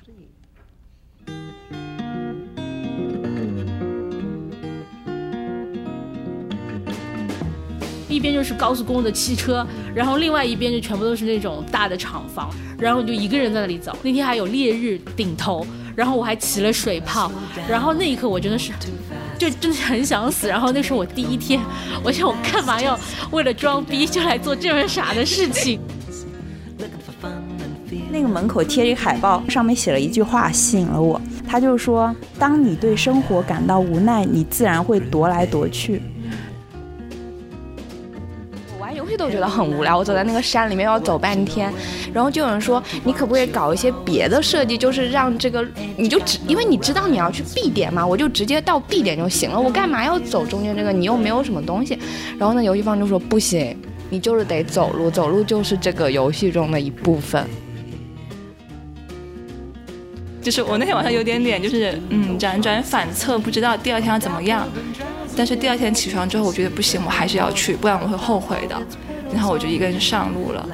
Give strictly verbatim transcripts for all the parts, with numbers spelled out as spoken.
一边就是高速公路的汽车，然后另外一边就全部都是那种大的厂房，然后你就一个人在那里走。那天还有烈日顶头，然后我还起了水泡，然后那一刻我真的是就真的是很想死。然后那是我第一天，我想我干嘛要为了装逼就来做这么傻的事情。 那个门口贴着一个海报，上面写了一句话吸引了我，他就说当你对生活感到无奈，你自然会踱来踱去。 游戏都觉得很无聊，我走在那个山里面要走半天，然后就有人说你可不可以搞一些别的设计，就是让这个你就只因为你知道你要去 B 点嘛，我就直接到 B 点就行了，我干嘛要走中间这个，你又没有什么东西。然后呢游戏方就说不行，你就是得走路，走路就是这个游戏中的一部分。 就是我那天晚上有点点就是嗯辗转反侧，不知道第二天要怎么样，但是第二天起床之后我觉得不行，我还是要去，不然我会后悔的。然后我就一个人上路了。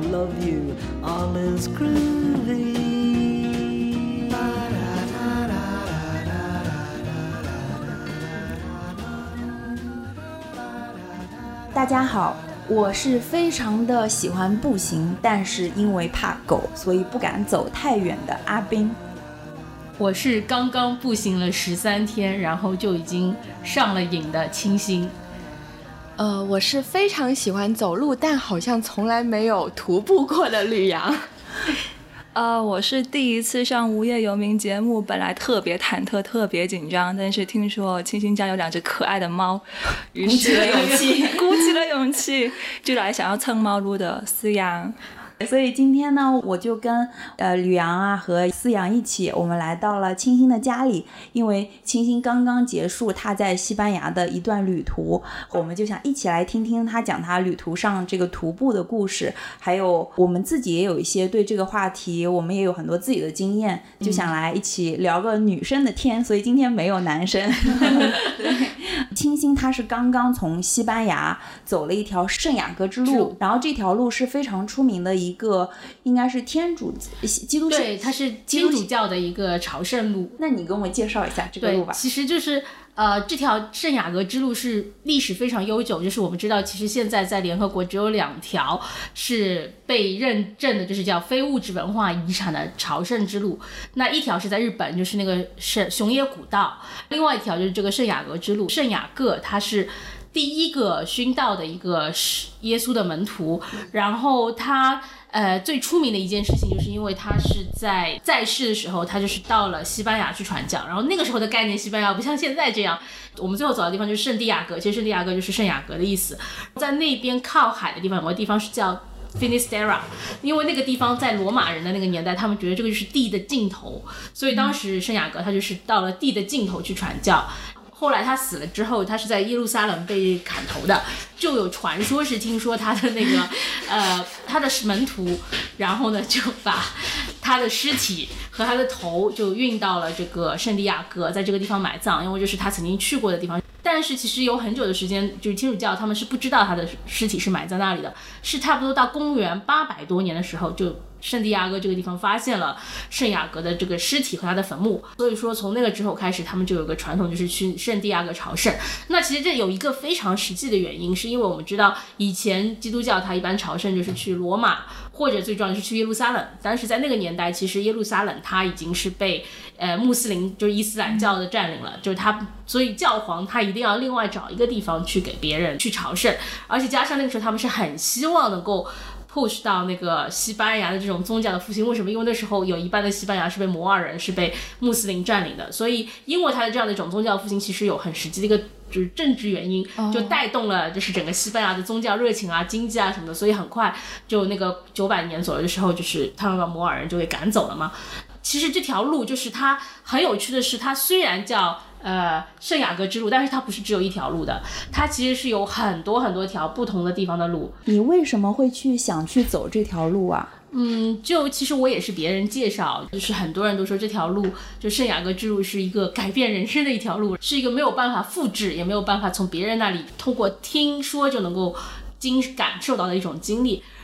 大家好，我是非常的喜欢步行，但是因为怕狗，所以不敢走太远的阿斌。 我是刚刚步行了十三天，然后就已经上了瘾的清新。 呃，我是非常喜欢走路，但好像从来没有徒步过的吕阳。 呃，我是第一次上无业游民节目，本来特别忐忑，特别紧张，但是听说清新家有两只可爱的猫，于是鼓起了勇气，鼓起了勇气，就来想要蹭猫撸的思阳。 所以今天呢，我就跟呃吕阳啊和思阳一起，我们来到了清新的家里，因为清新刚刚结束他在西班牙的一段旅途，我们就想一起来听听他讲他旅途上这个徒步的故事，还有我们自己也有一些对这个话题，我们也有很多自己的经验，就想来一起聊个女生的天，所以今天没有男生。对，清新他是刚刚从西班牙走了一条圣雅各之路，然后这条路是非常出名的一个应该是天主基督教， 对，它是天主教的一个朝圣路。 那你跟我介绍一下这个路吧。 对，其实就是呃，这条圣雅各之路是历史非常悠久，就是我们知道其实现在在联合国只有两条是被认证的，就是叫非物质文化遗产的朝圣之路。那一条是在日本，就是那个是熊野古道，另外一条就是这个圣雅各之路。圣雅各它是第一个殉道的一个耶稣的门徒，然后他呃最出名的一件事情就是因为他是在在世的时候，他就是到了西班牙去传教，然后那个时候的概念西班牙不像现在这样，我们最后走的地方就是圣地亚哥，其实圣地亚哥就是圣雅各的意思。在那边靠海的地方有个地方是叫Finisterra， 因为那个地方在罗马人的那个年代，他们觉得这个就是地的尽头，所以当时圣雅各他就是到了地的尽头去传教。后来他死了之后，他是在耶路撒冷被砍头的，就有传说是听说他的那个呃他的门徒，然后呢就把他的尸体和他的头就运到了这个圣地亚哥，在这个地方埋葬，因为这是他曾经去过的地方。但是其实有很久的时间，就是天主教他们是不知道他的尸体是埋在那里的，是差不多到公元八百多年的时候，就圣地亚哥这个地方发现了圣雅各的这个尸体和他的坟墓，所以说从那个之后开始，他们就有个传统，就是去圣地亚哥朝圣。那其实这有一个非常实际的原因，是因为我们知道以前基督教它一般朝圣就是去罗马，或者最重要的是去耶路撒冷，但是在那个年代，其实耶路撒冷它已经是被呃穆斯林就是伊斯兰教的占领了，就是他，所以教皇他一定要另外找一个地方去给别人去朝圣，而且加上那个时候他们是很希望能够push 到那个西班牙的这种宗教的复兴。为什么？因为那时候有一半的西班牙是被摩尔人是被穆斯林占领的，所以因为它的这样的一种宗教复兴其实有很实际的一个就是政治原因，就带动了就是整个西班牙的宗教热情啊、经济啊什么的，所以很快就那个九百年左右的时候，就是他们把摩尔人就给赶走了嘛。其实这条路就是它很有趣的是，它虽然叫呃圣雅各之路，但是它不是只有一条路的，它其实是有很多很多条不同的地方的路。 你为什么会去想去走这条路啊？ 嗯，就其实我也是别人介绍，就是很多人都说这条路就圣雅各之路是一个改变人生的一条路，是一个没有办法复制，也没有办法从别人那里通过听说就能够经感受到的一种经历。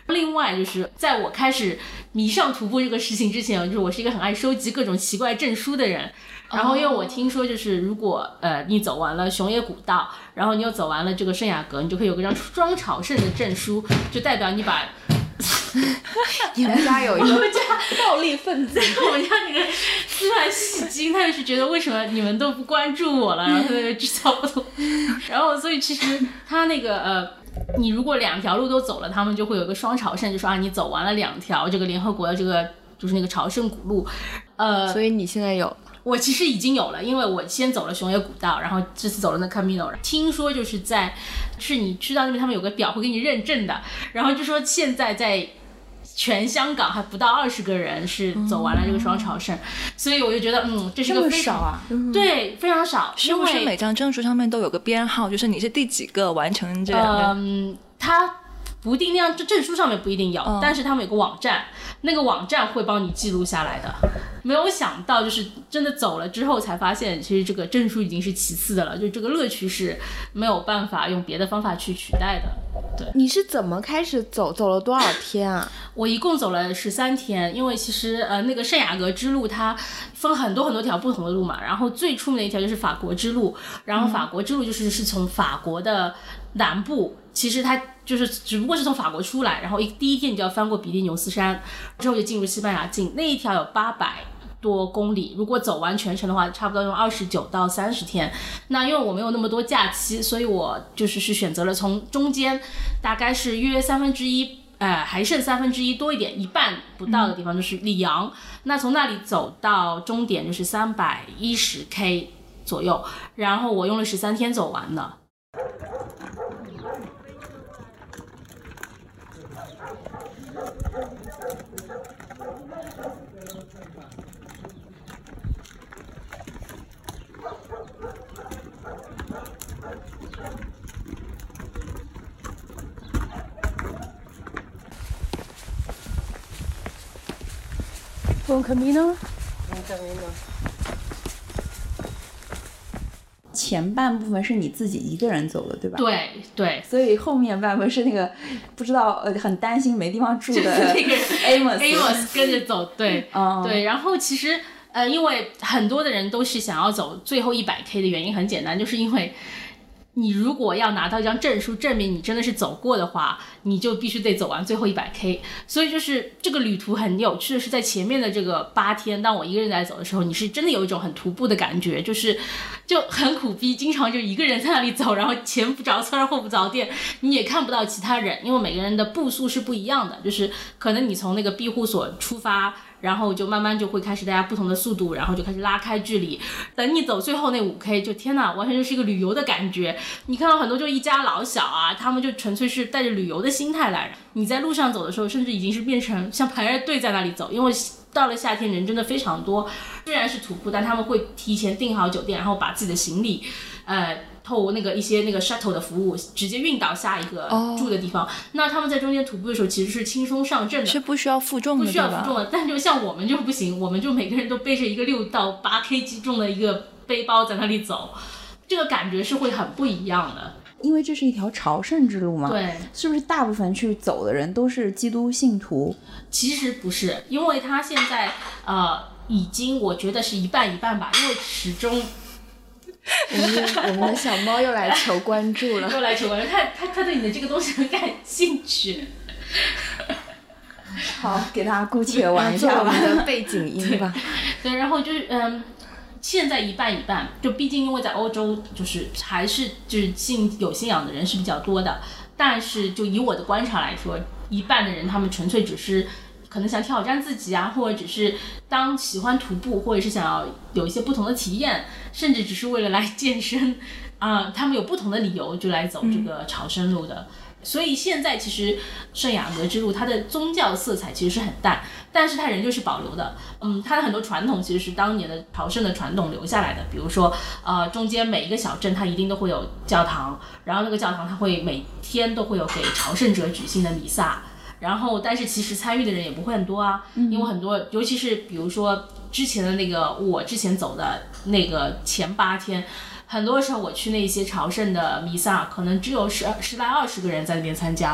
另外就是在我开始迷上徒步这个事情之前，就是我是一个很爱收集各种奇怪证书的人。然后因为我听说就是如果呃你走完了熊野古道，然后你又走完了这个圣雅阁，你就可以有个张双朝圣的证书，就代表你把你们家有一个暴力分子， 我们家那个突然戏精，他就是觉得为什么你们都不关注我了，然后他就制造不同，然后所以其实他那个呃，你如果两条路都走了，他们就会有一个双朝圣，就说啊你走完了两条这个联合国的这个就是那个朝圣古路，呃， 所以你现在有。 我其实已经有了，因为我先走了熊野古道，然后这次走了那 Camino， 听说就是在是你去到那边他们有个表会给你认证的，然后就说现在在全香港还不到二十个人是走完了这个双朝圣、嗯、所以我就觉得嗯这是个非常少啊、 嗯、对非常少， 是不是每张证书上面都有个编号，就是你是第几个完成这两个？ 嗯，它不一定那样，证书上面不一定有、嗯、但是他们有个网站，那个网站会帮你记录下来的。没有想到就是真的走了之后才发现，其实这个证书已经是其次的了，就这个乐趣是没有办法用别的方法去取代的。对， 你是怎么开始走？走了多少天啊？ 我一共走了十三天，因为其实呃那个圣雅阁之路它分很多很多条不同的路嘛，然后最出名的一条就是法国之路，然后法国之路就是是从法国的南部，其实它就是只不过是从法国出来，然后一第一天你就要翻过比利牛斯山，之后就进入西班牙境，那一条有八百多公里，如果走完全程的话差不多用二十九到三十天。那因为我没有那么多假期，所以我就是是选择了从中间大概是约三分之一呃，还剩三分之一多一点，一半不到的地方就是里昂、嗯、那从那里走到终点就是三百一十 K 左右，然后我用了十三天走完的。Buen camino. Buen camino. 前半部分是你自己一个人走的，对吧？ 对对， 所以后面半部分是那个不知道呃很担心没地方住的那个 Amos Amos 跟着走，对、 嗯、 对。然后其实呃，因为很多的人都是想要走最后一百 K 的原因很简单，就是因为你如果要拿到一张证书证明你真的是走过的话，你就必须得走完最后一百 K。 所以就是这个旅途很有趣的是，在前面的这个八天，当我一个人在走的时候，你是真的有一种很徒步的感觉，就是就很苦逼，经常就一个人在那里走，然后前不着村后不着店，你也看不到其他人，因为每个人的步速是不一样的，就是可能你从那个庇护所出发，然后就慢慢就会开始大家不同的速度，然后就开始拉开距离，等你走最后那 五 K 就天哪，完全就是一个旅游的感觉。你看到很多就一家老小啊，他们就纯粹是带着旅游的心态来，你在路上走的时候甚至已经是变成像排着队在那里走，因为到了夏天人真的非常多，虽然是徒步，但他们会提前订好酒店，然后把自己的行李呃透那个一些那个 shuttle 的服务直接运到下一个住的地方、oh. 那他们在中间徒步的时候其实是轻松上阵的， 是不需要负重的， 不需要负重的。但就像我们就不行，我们就每个人都背着一个六到八 K G 重的一个背包在那里走，这个感觉是会很不一样的。 因为这是一条朝圣之路嘛， 对， 是不是大部分去走的人都是基督信徒？ 其实不是，因为他现在呃已经我觉得是一半一半吧，因为始终我们的我们的小猫又来求关注了， 又来求关注，它它它对你的这个东西很感兴趣。 好，给它姑且玩一下吧， 做我们的背景音吧。 对，对，然后就是嗯。现在一半一半，就毕竟因为在欧洲就是还是就是信有信仰的人是比较多的，但是就以我的观察来说，一半的人他们纯粹只是可能想挑战自己啊，或者只是当喜欢徒步，或者是想要有一些不同的体验，甚至只是为了来健身啊、呃，他们有不同的理由就来走这个朝圣路的。嗯，所以现在其实圣雅阁之路它的宗教色彩其实是很淡，但是它仍旧是保留的。嗯，它的很多传统其实是当年的朝圣的传统留下来的，比如说呃中间每一个小镇它一定都会有教堂，然后那个教堂它会每天都会有给朝圣者举行的弥撒，然后但是其实参与的人也不会很多啊，因为很多尤其是比如说之前的那个我之前走的那个前八天，很多时候我去那些朝圣的弥撒可能只有十十来二十个人在那边参加，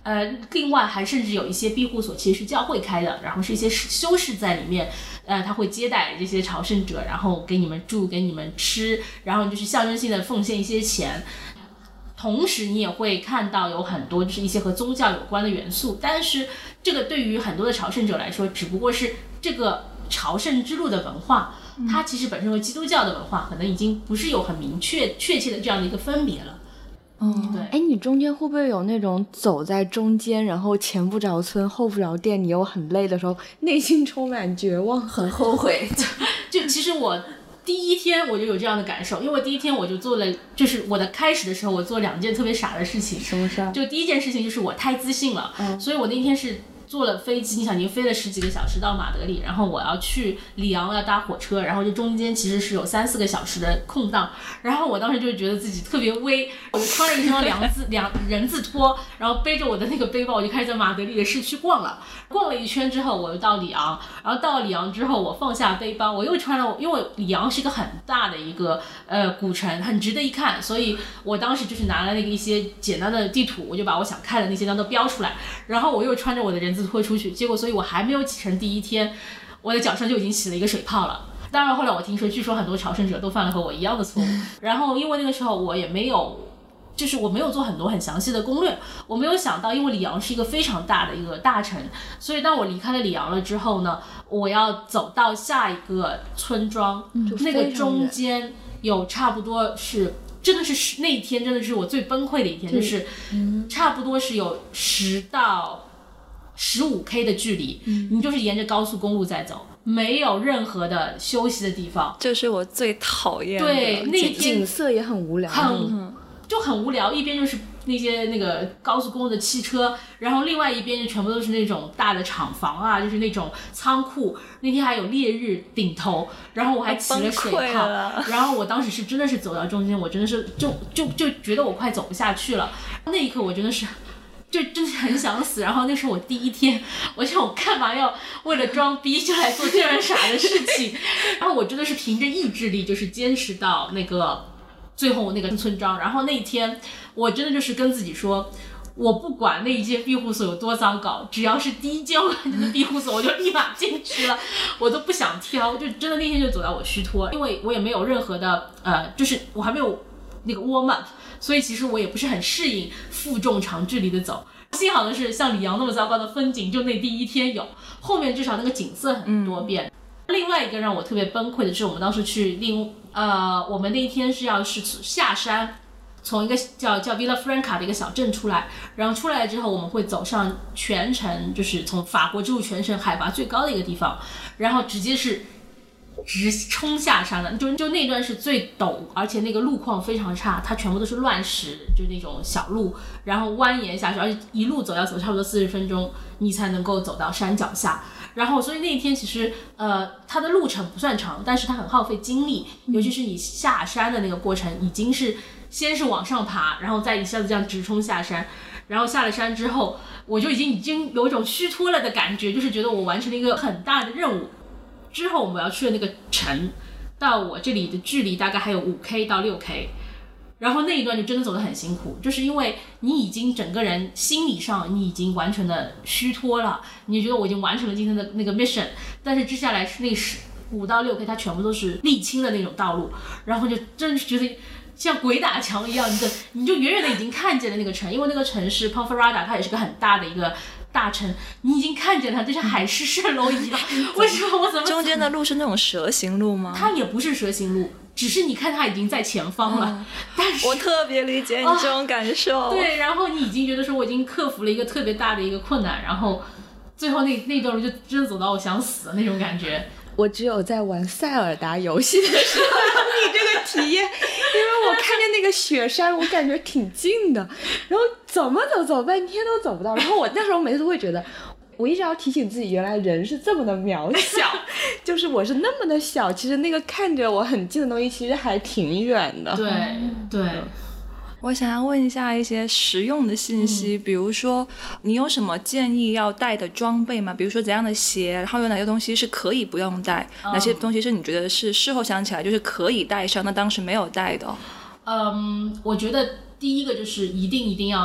呃，另外还甚至有一些庇护所其实是教会开的，然后是一些修士在里面，呃，他会接待这些朝圣者，然后给你们住，给你们吃，然后就是象征性的奉献一些钱。同时你也会看到有很多就是一些和宗教有关的元素，但是这个对于很多的朝圣者来说，只不过是这个朝圣之路的文化，它其实本身和基督教的文化可能已经不是有很明确确切的这样的一个分别了。 嗯，对。哎，你中间会不会有那种走在中间，然后前不着村后不着店，你又很累的时候，内心充满绝望， 很后悔？ 就其实我第一天我就有这样的感受，因为第一天我就做了，就是我的开始的时候，我做两件特别傻的事情。 什么事儿？ 就第一件事情就是我太自信了， 嗯， 所以我那天是坐了飞机，你想已经飞了十几个小时到马德里，然后我要去里昂要搭火车，然后这中间其实是有三四个小时的空档，然后我当时就觉得自己特别威，我就穿了一双两字两人字拖，然后背着我的那个背包，我就开始在马德里的市区逛了，逛了一圈之后，我又到里昂，然后到里昂之后，我放下背包，我又穿了，因为里昂是一个很大的一个呃古城，很值得一看，所以我当时就是拿了那个一些简单的地图，我就把我想看的那些地方都标出来，然后我又穿着我的人字拖出去，结果所以我还没有启程第一天，我的脚上就已经起了一个水泡了。当然后来我听说，据说很多朝圣者都犯了和我一样的错误，然后因为那个时候我也没有就是我没有做很多很详细的攻略，我没有想到因为里昂是一个非常大的一个大城，所以当我离开了里昂了之后呢，我要走到下一个村庄，嗯，那个中间有差不多是真的是那一天真的是我最崩溃的一天，就是差不多是有十到十五 K 的距离，嗯，你就是沿着高速公路在走，没有任何的休息的地方， 这是我最讨厌的。 对，那天景色也很无聊， 很就很无聊，一边就是那些那个高速公路的汽车，然后另外一边就全部都是那种大的厂房啊，就是那种仓库。那天还有烈日顶头，然后我还起了水泡，然后我当时是真的是走到中间，我真的是就就就觉得我快走不下去了。那一刻我真的是就真是很想死。然后那是我第一天，我想我干嘛要为了装逼就来做这样傻的事情？然后我真的是凭着意志力，就是坚持到那个最后那个村庄。然后那一天我真的就是跟自己说，我不管那一间庇护所有多糟糕，只要是第一间我看见的庇护所我就立马进去了，我都不想挑，就真的那天就走到我虚脱，因为我也没有任何的呃，就是我还没有那个 warm up， 所以其实我也不是很适应负重长距离的走。幸好的是像里昂那么糟糕的风景就那第一天有，后面至少那个景色很多变。嗯，另外一个让我特别崩溃的是，我们当时去另呃，我们那一天是要是下山，从一个叫叫 Villa Franca 的一个小镇出来，然后出来之后我们会走上全程，就是从法国之路全程海拔最高的一个地方，然后直接是直冲下山了，就就那段是最陡，而且那个路况非常差，它全部都是乱石，就那种小路，然后蜿蜒下去，而且一路走要走差不多四十分钟，你才能够走到山脚下。然后所以那一天其实呃它的路程不算长，但是它很耗费精力，尤其是你下山的那个过程已经是先是往上爬，然后再一下子这样直冲下山，然后下了山之后我就已经已经有一种虚脱了的感觉，就是觉得我完成了一个很大的任务。之后我们要去的那个城到我这里的距离大概还有 五 K 到 六 K， 然后那一段就真的走得很辛苦，就是因为你已经整个人心理上你已经完全的虚脱了，你觉得我已经完成了今天的那个 mission， 但是接下来是那五到六 K 它全部都是沥青的那种道路，然后就真的是觉得像鬼打墙一样，你的你就远远的已经看见了那个城，因为那个城市 Ponferrada 它也是个很大的一个大城，你已经看见它就像海市蜃楼一样。为什么我怎么中间的路是那种蛇形路吗？ 它也不是蛇形路，只是你看它已经在前方了，嗯，但是我特别理解你这种感受， 哦，对，然后你已经觉得说我已经克服了一个特别大的一个困难，然后最后那那段路就真的走到我想死的那种感觉。 我只有在玩塞尔达游戏的时候有你这个体验，因为我看见那个雪山我感觉挺近的，然后怎么走走半天都走不到，然后我那时候每次都会觉得我一直要提醒自己原来人是这么的渺小就是我是那么的小，其实那个看着我很近的东西其实还挺远的。 对对， 我想要问一下一些实用的信息，嗯，比如说你有什么建议要带的装备吗？比如说怎样的鞋，然后有哪些东西是可以不用带，嗯，哪些东西是你觉得是事后想起来就是可以带上，那当时没有带的？ 嗯，我觉得第一个就是一定一定要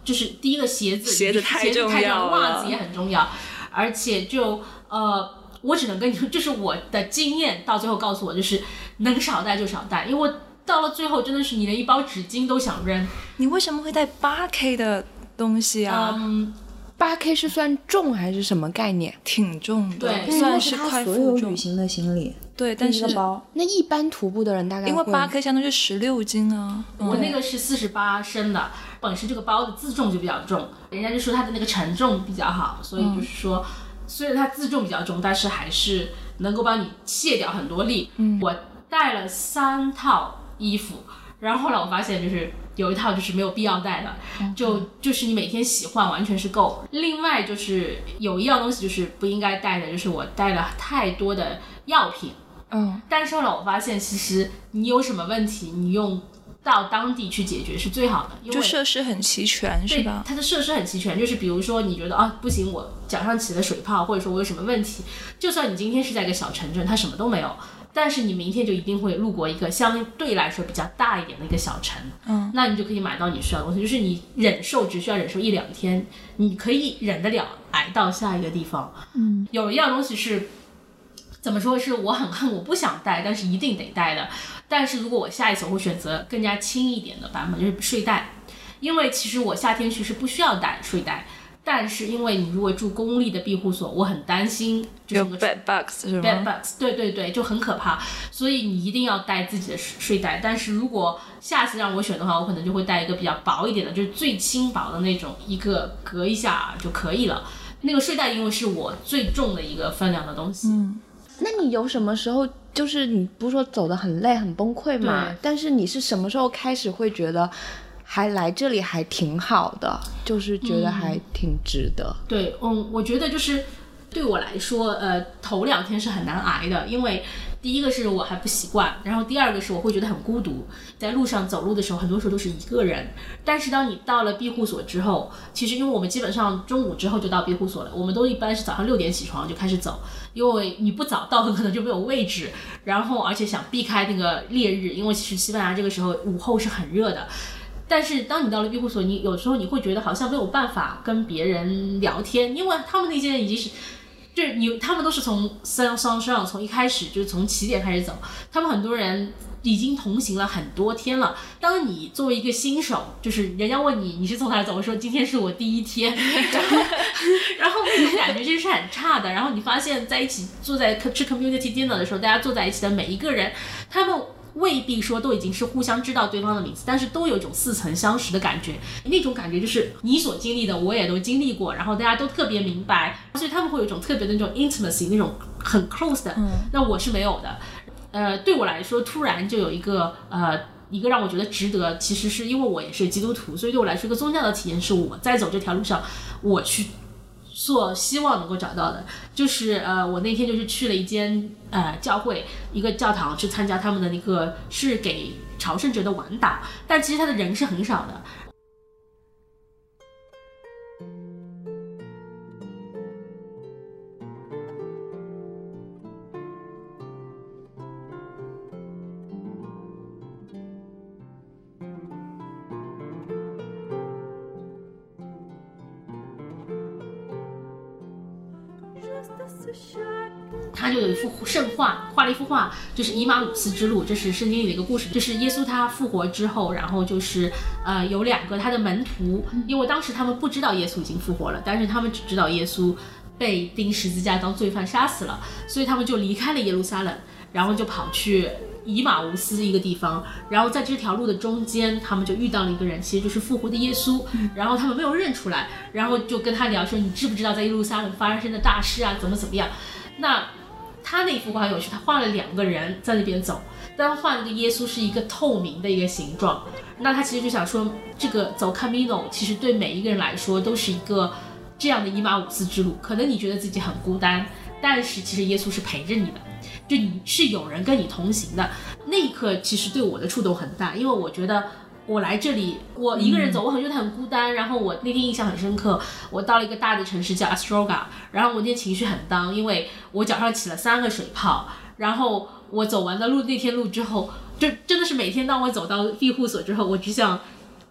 就是第一个鞋子， 鞋子太重要了， 袜子也很重要，而且就呃，我只能跟你说，就是我的经验到最后告诉我，就是能少带就少带，因为我到了最后真的是你连一包纸巾都想扔。 你为什么会带 八 K 的东西啊？ 嗯。 八 K 是算重还是什么概念？ 挺重的， 对， 算是快负重。 所有旅行的行李， 对，但是包那一般徒步的人大概会， 因为八 K 相当于十六斤啊。 我那个是四十八升的，本身这个包的自重就比较重，人家就说它的那个承重比较好，所以就是说，嗯、虽然它自重比较重，但是还是能够帮你卸掉很多力。嗯，我带了三套衣服，然后后来我发现就是。有一套就是没有必要带的，就就是你每天洗换完全是够。另外就是有一样东西就是不应该带的，就是我带了太多的药品。 嗯， 但是后来我发现，其实你有什么问题，你用到当地去解决是最好的，因为就设施很齐全，是吧？ 它的设施很齐全，就是比如说你觉得啊不行，我脚上起了水泡，或者说我有什么问题，就算你今天是在一个小城镇，它什么都没有。但是你明天就一定会路过一个相对来说比较大一点的一个小城，嗯，那你就可以买到你需要的东西。就是你忍受只需要忍受一两天，你可以忍得了挨到下一个地方。嗯，有一样东西是怎么说，是我很恨我不想带，但是一定得带的。但是如果我下一次我会选择更加轻一点的版本，就是睡袋，因为其实我夏天去是不需要带睡袋。但是因为你如果住公立的庇护所，我很担心就是有 bed bugs 是吗 ？bed bugs， 对对对，就很可怕，所以你一定要带自己的睡袋。但是如果下次让我选的话，我可能就会带一个比较薄一点的，就是最轻薄的那种，一个隔一下就可以了。那个睡袋因为是我最重的一个分量的东西。嗯， 那你有什么时候就是你不是说走得很累很崩溃嘛？但是你是什么时候开始会觉得？还来这里还挺好的，就是觉得还挺值得。 嗯、对，嗯，我觉得就是对我来说，呃，头两天是很难挨的，因为第一个是我还不习惯，然后第二个是我会觉得很孤独，在路上走路的时候，很多时候都是一个人。但是当你到了庇护所之后，其实因为我们基本上中午之后就到庇护所了，我们都一般是早上六点起床就开始走，因为你不早到很可能就没有位置，然后而且想避开那个烈日，因为其实西班牙这个时候午后是很热的。但是当你到了庇护所，你有时候你会觉得好像没有办法跟别人聊天，因为他们那些人已经是，就是你他们都是从山上上从一开始就是从起点开始走，他们很多人已经同行了很多天了。当你作为一个新手，就是人家问你你是从哪走，我说今天是我第一天，然后然后那种感觉就是很差的。然后你发现在一起坐在吃 community dinner 的时候，大家坐在一起的每一个人，他们未必说都已经是互相知道对方的名字，但是都有一种似曾相识的感觉，那种感觉就是你所经历的我也都经历过，然后大家都特别明白，所以他们会有一种特别的那种 intimacy， 那种很 close 的、嗯、那我是没有的。呃，对我来说突然就有一个呃一个让我觉得值得，其实是因为我也是基督徒，所以对我来说一个宗教的体验是我在走这条路上我去所希望能够找到的，就是呃，我那天就是去了一间呃教会，一个教堂，去参加他们的那个是给朝圣者的晚祷，但其实他的人是很少的。他就有一幅圣画，画了一幅画，就是以马忤斯之路，这是圣经里的一个故事，就是耶稣他复活之后，然后就是呃有两个他的门徒，因为当时他们不知道耶稣已经复活了，但是他们只知道耶稣被钉十字架当罪犯杀死了，所以他们就离开了耶路撒冷，然后就跑去以马忤斯一个地方，然后在这条路的中间，他们就遇到了一个人，其实就是复活的耶稣，然后他们没有认出来，然后就跟他聊说，你知不知道在耶路撒冷发生的大事啊，怎么怎么样？那他那幅画很有趣，他画了两个人在那边走，但画那个耶稣是一个透明的一个形状，那他其实就想说，这个走 Camino 其实对每一个人来说都是一个这样的以马忤斯之路，可能你觉得自己很孤单，但是其实耶稣是陪着你的，就你是有人跟你同行的。那一刻其实对我的触动很大，因为我觉得我来这里我一个人走，我很觉得很孤单，然后我那天印象很深刻，我到了一个大的城市叫 Astorga， 然后我那天情绪很down，因为我脚上起了三个水泡，然后我走完了路那天路之后，就真的是每天当我走到庇护所之后，我只想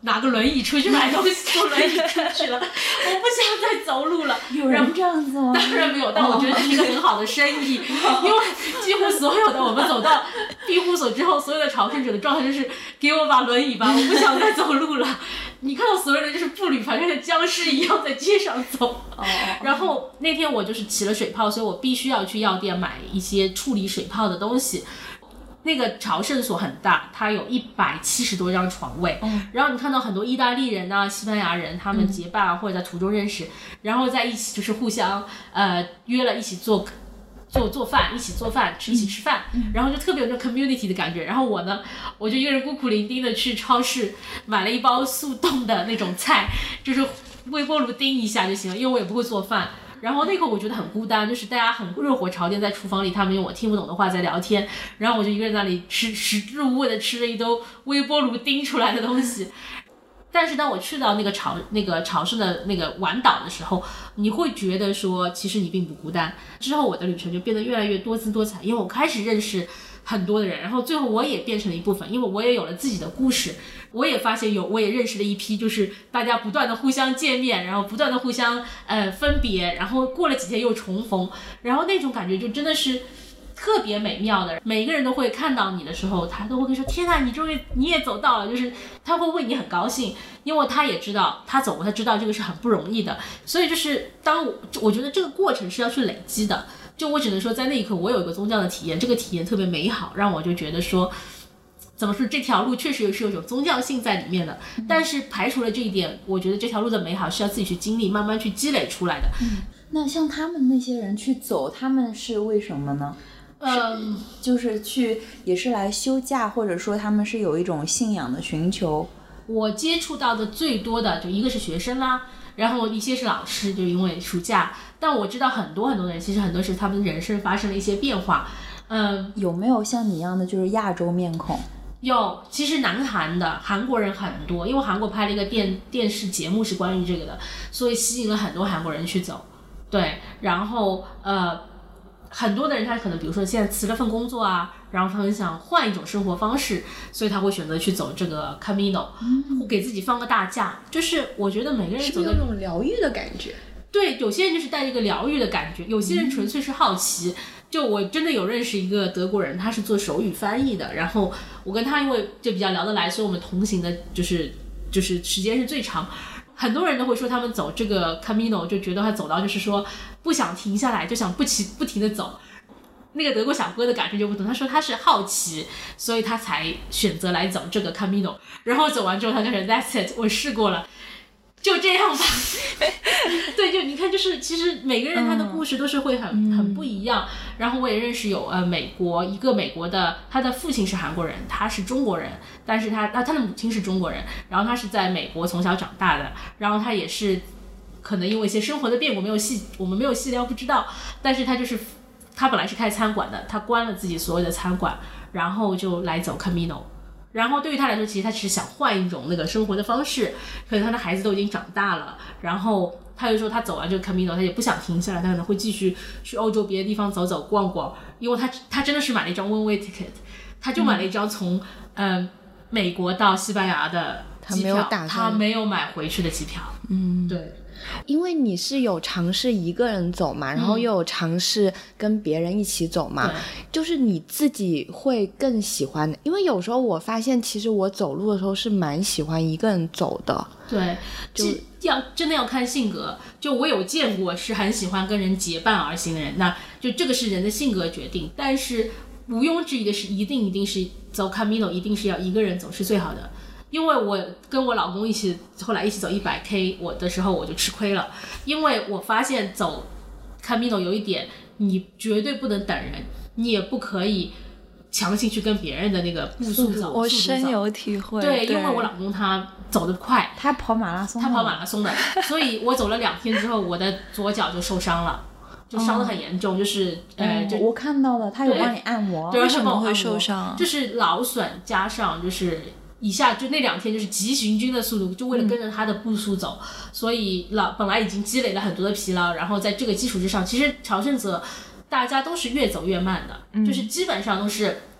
拿个轮椅出去买东西，坐轮椅出去了，我不想再走路了。 有人这样子吗？ 当然没有，但我觉得这是一个很好的生意，因为几乎所有的我们走到庇护所之后，所有的朝圣者的状态就是给我把轮椅吧，我不想再走路了。你看到所有人就是步履蹒跚，像僵尸一样在街上走。 哦。 然后那天我就是起了水泡，所以我必须要去药店买一些处理水泡的东西。那个朝圣所很大，它有一百七十多张床位、嗯、然后你看到很多意大利人啊、西班牙人，他们结伴、啊嗯、或者在途中认识，然后在一起就是互相呃约了一起做做做饭，一起做饭吃，一起吃饭、嗯、然后就特别有那种 community 的感觉。然后我呢，我就一个人孤苦伶仃的去超市买了一包速冻的那种菜，就是微波炉叮一下就行了，因为我也不会做饭。然后那个我觉得很孤单，就是大家很热火朝天在厨房里，他们用我听不懂的话在聊天，然后我就一个人在那里吃食之无味的吃了一兜微波炉叮出来的东西。但是当我去到那个朝那个朝圣的那个晚岛的时候，你会觉得说其实你并不孤单。之后我的旅程就变得越来越多姿多彩，因为我开始认识很多的人，然后最后我也变成了一部分，因为我也有了自己的故事。我也发现有，我也认识了一批，就是大家不断的互相见面，然后不断的互相呃分别，然后过了几天又重逢，然后那种感觉就真的是特别美妙的。每一个人都会看到你的时候，他都会跟你说：“天哪，你终于你也走到了！”就是他会为你很高兴，因为他也知道他走过，他知道这个是很不容易的。所以就是当我我觉得这个过程是要去累积的。就我只能说，在那一刻我有一个宗教的体验，这个体验特别美好，让我就觉得说。怎么说？这条路确实是有一种宗教性在里面的，但是排除了这一点，我觉得这条路的美好是要自己去经历，慢慢去积累出来的。 嗯，那像他们那些人去走，他们是为什么呢？嗯，就是去也是来休假，或者说他们是有一种信仰的寻求。 我接触到的最多的就一个是学生啦，然后一些是老师，就因为暑假。但我知道很多很多人，其实很多是他们人生发生了一些变化。嗯， 有没有像你一样的就是亚洲面孔？ 有，其实南韩的韩国人很多，因为韩国拍了一个电电视节目是关于这个的，所以吸引了很多韩国人去走。对，然后呃，很多的人他可能比如说现在辞了份工作啊，然后他很想换一种生活方式，所以他会选择去走这个 Camino， 嗯，给自己放个大假。就是我觉得每个人走的是不是有种疗愈的感觉？ 对，有些人就是带一个疗愈的感觉，有些人纯粹是好奇。嗯，就我真的有认识一个德国人，他是做手语翻译的，然后我跟他因为就比较聊得来，所以我们同行的就是就是时间是最长。很多人都会说他们走这个 Camino 就觉得他走到就是说不想停下来，就想不停不停的走。那个德国小哥的感觉就不同，他说他是好奇，所以他才选择来走这个 Camino。然后走完之后，他就说 That's it， 我试过了。就这样吧。对，就你看，就是其实每个人他的故事都是会很、嗯、很不一样。然后我也认识有呃美国一个美国的，他的父亲是韩国人，他是中国人，但是他他他的母亲是中国人，然后他是在美国从小长大的，然后他也是可能因为一些生活的变故没有细我们没有细聊不知道，但是他就是他本来是开餐馆的，他关了自己所有的餐馆，然后就来走 Camino。然后对于他来说，其实他只是想换一种那个生活的方式，可能他的孩子都已经长大了，然后他就说他走完这个 Camino， 他也不想停下来，他可能会继续去欧洲别的地方走走逛逛，因为他他真的是买了一张 one way ticket， 他就买了一张从嗯、呃、美国到西班牙的机票，他没有打算，他没有买回去的机票。嗯，对。 因为你是有尝试一个人走嘛，然后又有尝试跟别人一起走嘛、嗯、就是你自己会更喜欢的。因为有时候我发现其实我走路的时候是蛮喜欢一个人走的。 对，就要真的要看性格。就我有见过是很喜欢跟人结伴而行的人，那就这个是人的性格决定，但是毋庸置疑的是一定一定是走 Camino 一定是要一个人走是最好的。因为我跟我老公一起后来一起走 一百 K 我的时候我就吃亏了，因为我发现走 Camino 有一点，你绝对不能等人，你也不可以强行去跟别人的那个步速走。 我深有体会。 对, 对，因为我老公他走得快， 他跑马拉松他跑马拉松的所以我走了两天之后我的左脚就受伤了，就伤得很严重、哦、就是呃就、 嗯，我看到了他有帮你按摩。 对， 为什么会受伤？ 就是劳损加上就是一下就那两天就是急行军的速度，就为了跟着他的步速走、嗯、所以老本来已经积累了很多的疲劳，然后在这个基础之上，其实朝圣者大家都是越走越慢的、嗯、就是基本上都是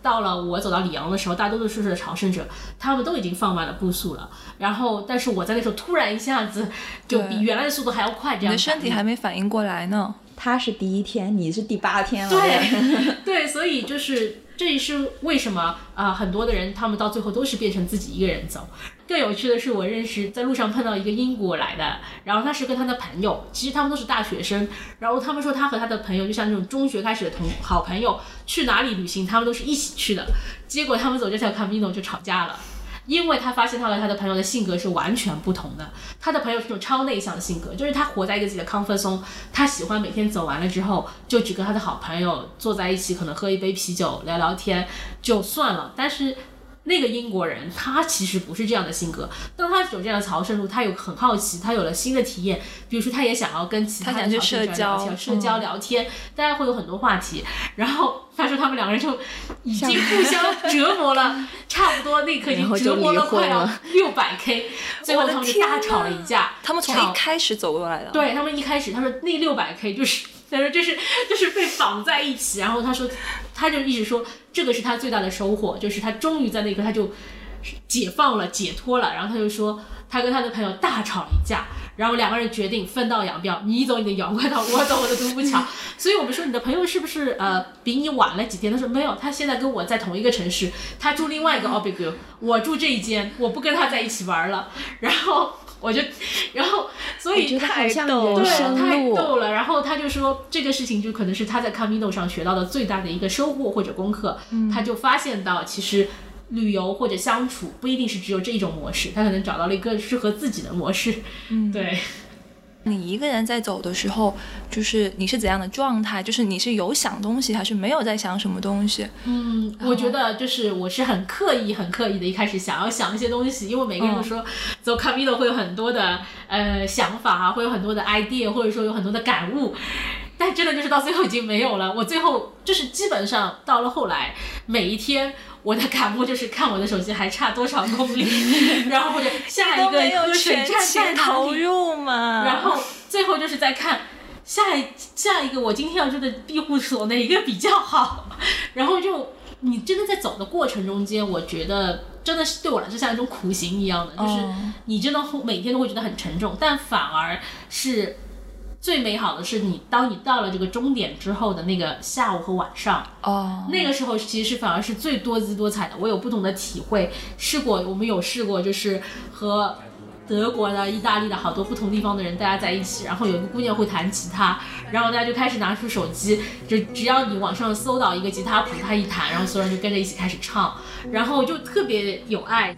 到了我走到里昂的时候，大多数是朝圣者，他们都已经放慢了步速了。然后，但是我在那时候突然一下子就比原来的速度还要快，这样你的身体还没反应过来呢。 他是第一天，你是第八天了。 对对，所以就是这也是为什么啊、呃，很多的人他们到最后都是变成自己一个人走。更有趣的是，我认识在路上碰到一个英国来的，然后他是跟他的朋友，其实他们都是大学生，然后他们说他和他的朋友就像那种中学开始的同好朋友，去哪里旅行他们都是一起去的，结果他们走这条 Camino 就吵架了。因为他发现他和他的朋友的性格是完全不同的，他的朋友是种超内向的性格，就是他活在一个自己的 comfort zone， 他喜欢每天走完了之后就只跟他的好朋友坐在一起，可能喝一杯啤酒聊聊天就算了。但是那个英国人他其实不是这样的性格，当他走这样的朝圣路，他有很好奇，他有了新的体验，比如说他也想要跟其他的朝圣者聊天，社交聊天、嗯、大家会有很多话题。然后他说他们两个人就已经互相折磨了差不多那刻已经折磨了快要六百 K， 最后他们就大吵了一架。 他们从一开始走过来的， 对，他们一开始他说那六百 K 就是他说就是就是被绑在一起，然后他说他就一直说这个是他最大的收获，就是他终于在那一刻他就解放了解脱了。然后他就说他跟他的朋友大吵了一架，然后两个人决定分道扬镳，你走你的洋快道，我走我的独木桥。所以我们说你的朋友是不是呃比你晚了几天？他说没有，他现在跟我在同一个城市，他住另外一个 Aubigou， 我住这一间，我不跟他在一起玩了。然后我就，然后所以太逗了， 对，太逗了。然后他就说这个事情就可能是他在 Camino 上学到的最大的一个收获或者功课。嗯，他就发现到其实旅游或者相处不一定是只有这一种模式，他可能找到了一个适合自己的模式。嗯，对。 你一个人在走的时候，就是你是怎样的状态？就是你是有想东西，还是没有在想什么东西？ 嗯，我觉得就是我是很刻意、很刻意的，一开始想要想一些东西，因为每个人都说、嗯、走 Camino 会有很多的呃想法啊，会有很多的 idea， 或者说有很多的感悟。但真的就是到最后已经没有了。我最后就是基本上到了后来，每一天我的感悟就是看我的手机还差多少公里，然后或者下一个喝水站在哪里，然后最后就是在看下一下一个我今天要住的庇护所哪一个比较好，然后就你真的在走的过程中间，我觉得真的是对我来说像一种苦行一样的，就是你真的每天都会觉得很沉重，但反而是最美好的是你当你到了这个终点之后的那个下午和晚上，哦，那个时候其实反而是最多姿多彩的。我有不同的体会，试过，我们有试过，就是和德国的、意大利的好多不同地方的人大家在一起，然后有一个姑娘会弹吉他，然后大家就开始拿出手机，就只要你网上搜到一个吉他谱，她一弹，然后所有人就跟着一起开始唱，然后就特别有爱。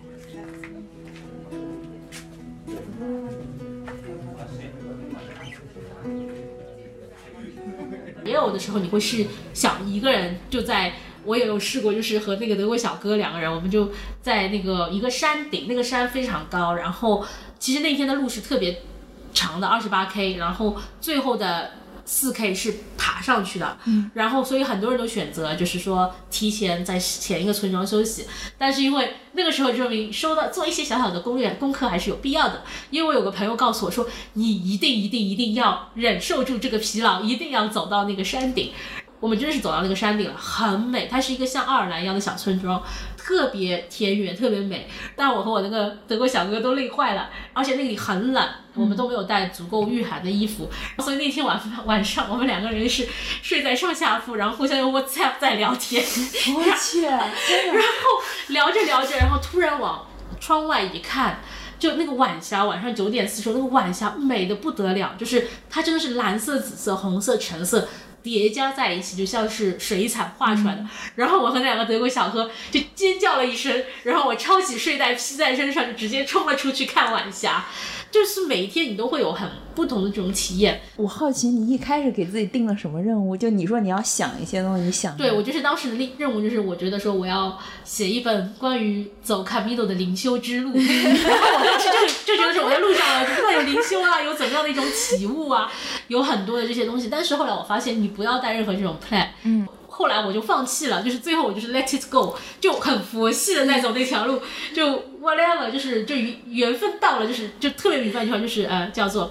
也有的时候你会是想一个人就在，我也有试过，就是和那个德国小哥两个人，我们就在那个一个山顶，那个山非常高，然后其实那天的路是特别长的 二十八 K， 然后最后的四 K 是爬上去的，嗯，然后所以很多人都选择就是说提前在前一个村庄休息，但是因为那个时候证明收到做一些小小的攻略功课还是有必要的，因为我有个朋友告诉我说，你一定一定一定要忍受住这个疲劳，一定要走到那个山顶。我们真的是走到那个山顶了，很美，它是一个像爱尔兰一样的小村庄，特别田园，特别美。但我和我那个德国小哥都累坏了，而且那里很冷，我们都没有带足够御寒的衣服，所以那天晚晚上我们两个人是睡在上下铺，然后互相用 WhatsApp 在聊天。 我去，然后聊着聊着，然后突然往窗外一看。就那个晚霞，晚上九点四十，那个晚霞美得不得了，就是它真的是蓝色、紫色、红色、橙色叠加在一起，就像是水彩画出来的。嗯、然后我和那两个德国小哥就尖叫了一声，然后我抄起睡袋披在身上，就直接冲了出去看晚霞。就是每一天你都会有很不同的这种体验。 我好奇你一开始给自己定了什么任务？就你说你要想一些东西，你想对我就是当时的任务就是我觉得说我要写一本关于走 Camino 的灵修之路，然后我当时就就觉得说我在路上啊，真的有灵修啊，有怎么样的一种体悟啊，有很多的这些东西。但是后来我发现你不要带任何这种 plan， 嗯。后来我就放弃了，就是最后我就是 let it go， 就很佛系的在走那条路，就 whatever， 就是就缘分到了，就是就特别明白一句话，就是呃叫做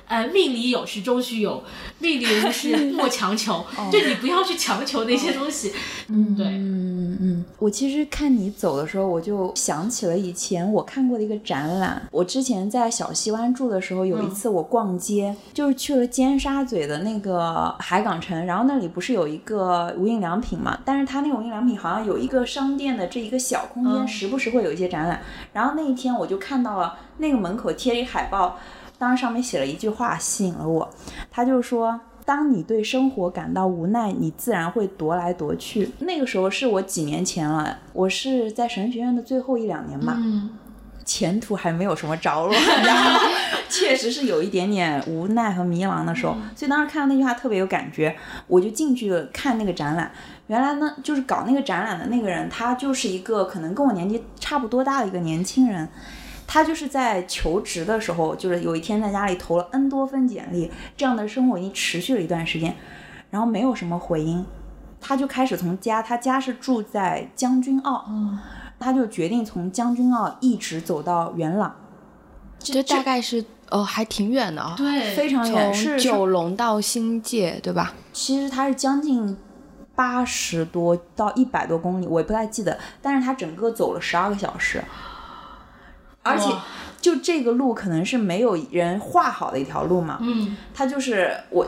呃，命里有时终须有，命里无时莫强求，就你不要去强求那些东西。嗯，对， 嗯嗯，我其实看你走的时候，我就想起了以前我看过的一个展览。我之前在小西湾住的时候，有一次我逛街，嗯、就是去了尖沙咀的那个海港城，然后那里不是有一个无印良品嘛？但是它那个无印良品好像有一个商店的这一个小空间，嗯、时不时会有一些展览。然后那一天我就看到了那个门口贴了一海报，当时上面写了一句话吸引了我，他就说，当你对生活感到无奈，你自然会踱来踱去。那个时候是我几年前了，我是在神学院的最后一两年吧， 嗯， 前途还没有什么着落，然后确实是有一点点无奈和迷茫的时候，嗯、所以当时看到那句话特别有感觉，我就进去了看那个展览。原来呢，就是搞那个展览的那个人，他就是一个可能跟我年纪差不多大的一个年轻人。他就是在求职的时候，就是有一天在家里投了 N 多份简历，这样的生活已经持续了一段时间，然后没有什么回音，他就开始从家，他家是住在将军澳，嗯，他就决定从将军澳一直走到元朗， 这大概是呃还挺远的啊， 对， 非常远，是九龙到新界，对吧？ 其实他是将近八十多到一百多公里，我也不太记得，但是他整个走了十二个小时。而且就这个路可能是没有人画好的一条路嘛， 嗯， 它就是我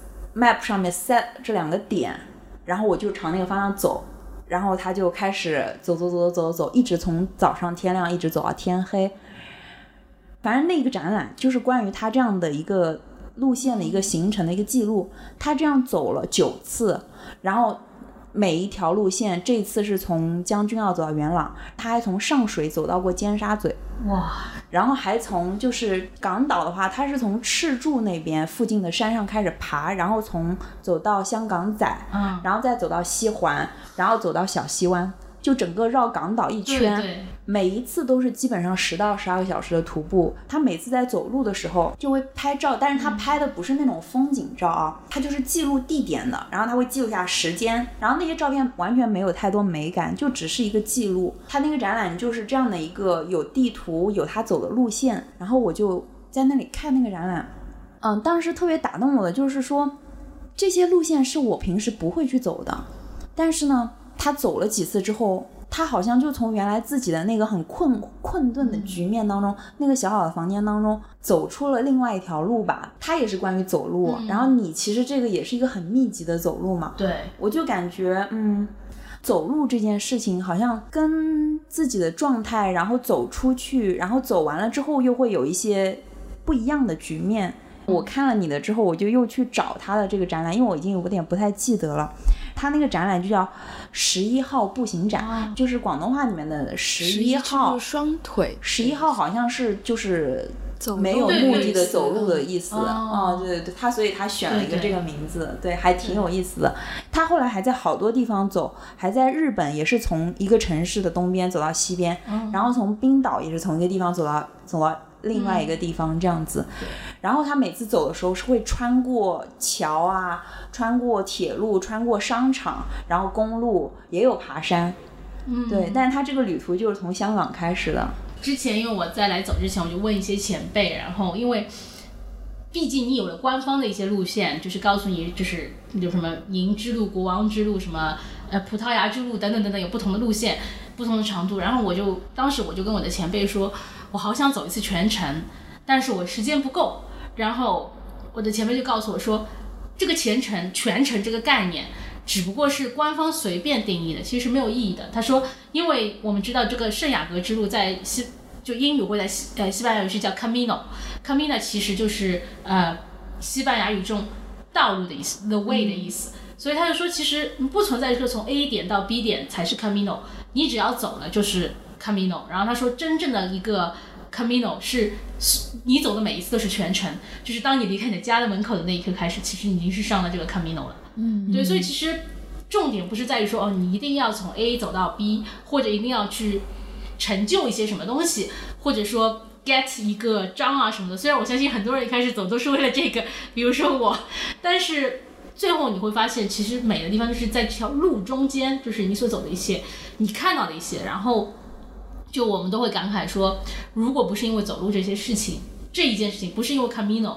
map 上面 set 这两个点，然后我就朝那个方向走，然后他就开始走走走走走走，一直从早上天亮一直走到天黑。反正那个展览就是关于他这样的一个路线的一个行程的一个记录，他这样走了九次，然后每一条路线，这次是从将军澳走到元朗，他还从上水走到过尖沙咀， 哇！ 然后还从就是港岛的话，他是从赤柱那边附近的山上开始爬，然后从走到香港仔， 嗯， 然后再走到西环，然后走到小西湾，就整个绕港岛一圈， 对对， 每一次都是基本上十到十二个小时的徒步。他每次在走路的时候就会拍照，但是他拍的不是那种风景照啊，他就是记录地点的，然后他会记录下时间，然后那些照片完全没有太多美感，就只是一个记录。他那个展览就是这样的一个有地图有他走的路线，然后我就在那里看那个展览，嗯，当时特别打动我的就是说，这些路线是我平时不会去走的，但是呢他走了几次之后，他好像就从原来自己的那个很困困顿的局面当中、嗯、那个小小的房间当中走出了另外一条路吧。他也是关于走路、嗯、然后你其实这个也是一个很密集的走路嘛。 对， 我就感觉嗯，走路这件事情好像跟自己的状态，然后走出去，然后走完了之后又会有一些不一样的局面。我看了你的之后，我就又去找他的这个展览，因为我已经有点不太记得了。他那个展览就叫十一号步行展、哦、就是广东话里面的十一号双腿， 十一号好像是就是没有目的的走路的意思。哦，对对对，他所以他选了一个这个名字， 对, 对, 对，还挺有意思的。他后来还在好多地方走，还在日本也是从一个城市的东边走到西边、嗯、然后从冰岛也是从一个地方走到走到另外一个地方这样子、嗯、然后他每次走的时候是会穿过桥啊，穿过铁路，穿过商场，然后公路，也有爬山。嗯，对，但是他这个旅途就是从香港开始的。 之前因为我在来走之前我就问一些前辈，然后因为毕竟你有了官方的一些路线，就是告诉你就是有什么银之路、国王之路，什么呃葡萄牙之路等等等等，有不同的路线，不同的长度。然后我就当时我就跟我的前辈说，我好想走一次全程，但是我时间不够。然后我的前辈就告诉我说，这个全程全程这个概念只不过是官方随便定义的，其实是没有意义的。他说因为我们知道这个圣雅各之路在西就英语会在西呃西班牙语是叫 Camino Camino 其实就是呃西班牙语中道路的意思 the way 的意思、嗯、所以他就说其实不存在这个从 A 点到 B 点才是 Camino， 你只要走了就是 Camino。 然后他说真正的一个 Camino 是你走的每一次都是全程，就是当你离开你的家的门口的那一刻开始，其实你已经是上了这个 Camino 了。嗯，对，所以其实重点不是在于说哦，你一定要从 A 走到 B， 或者一定要去成就一些什么东西，或者说 get 一个章啊什么的。虽然我相信很多人一开始走都是为了这个，比如说我，但是最后你会发现，其实美的地方就是在这条路中间，就是你所走的一些，你看到的一些，然后就我们都会感慨说，如果不是因为走路这些事情，这一件事情不是因为 Camino，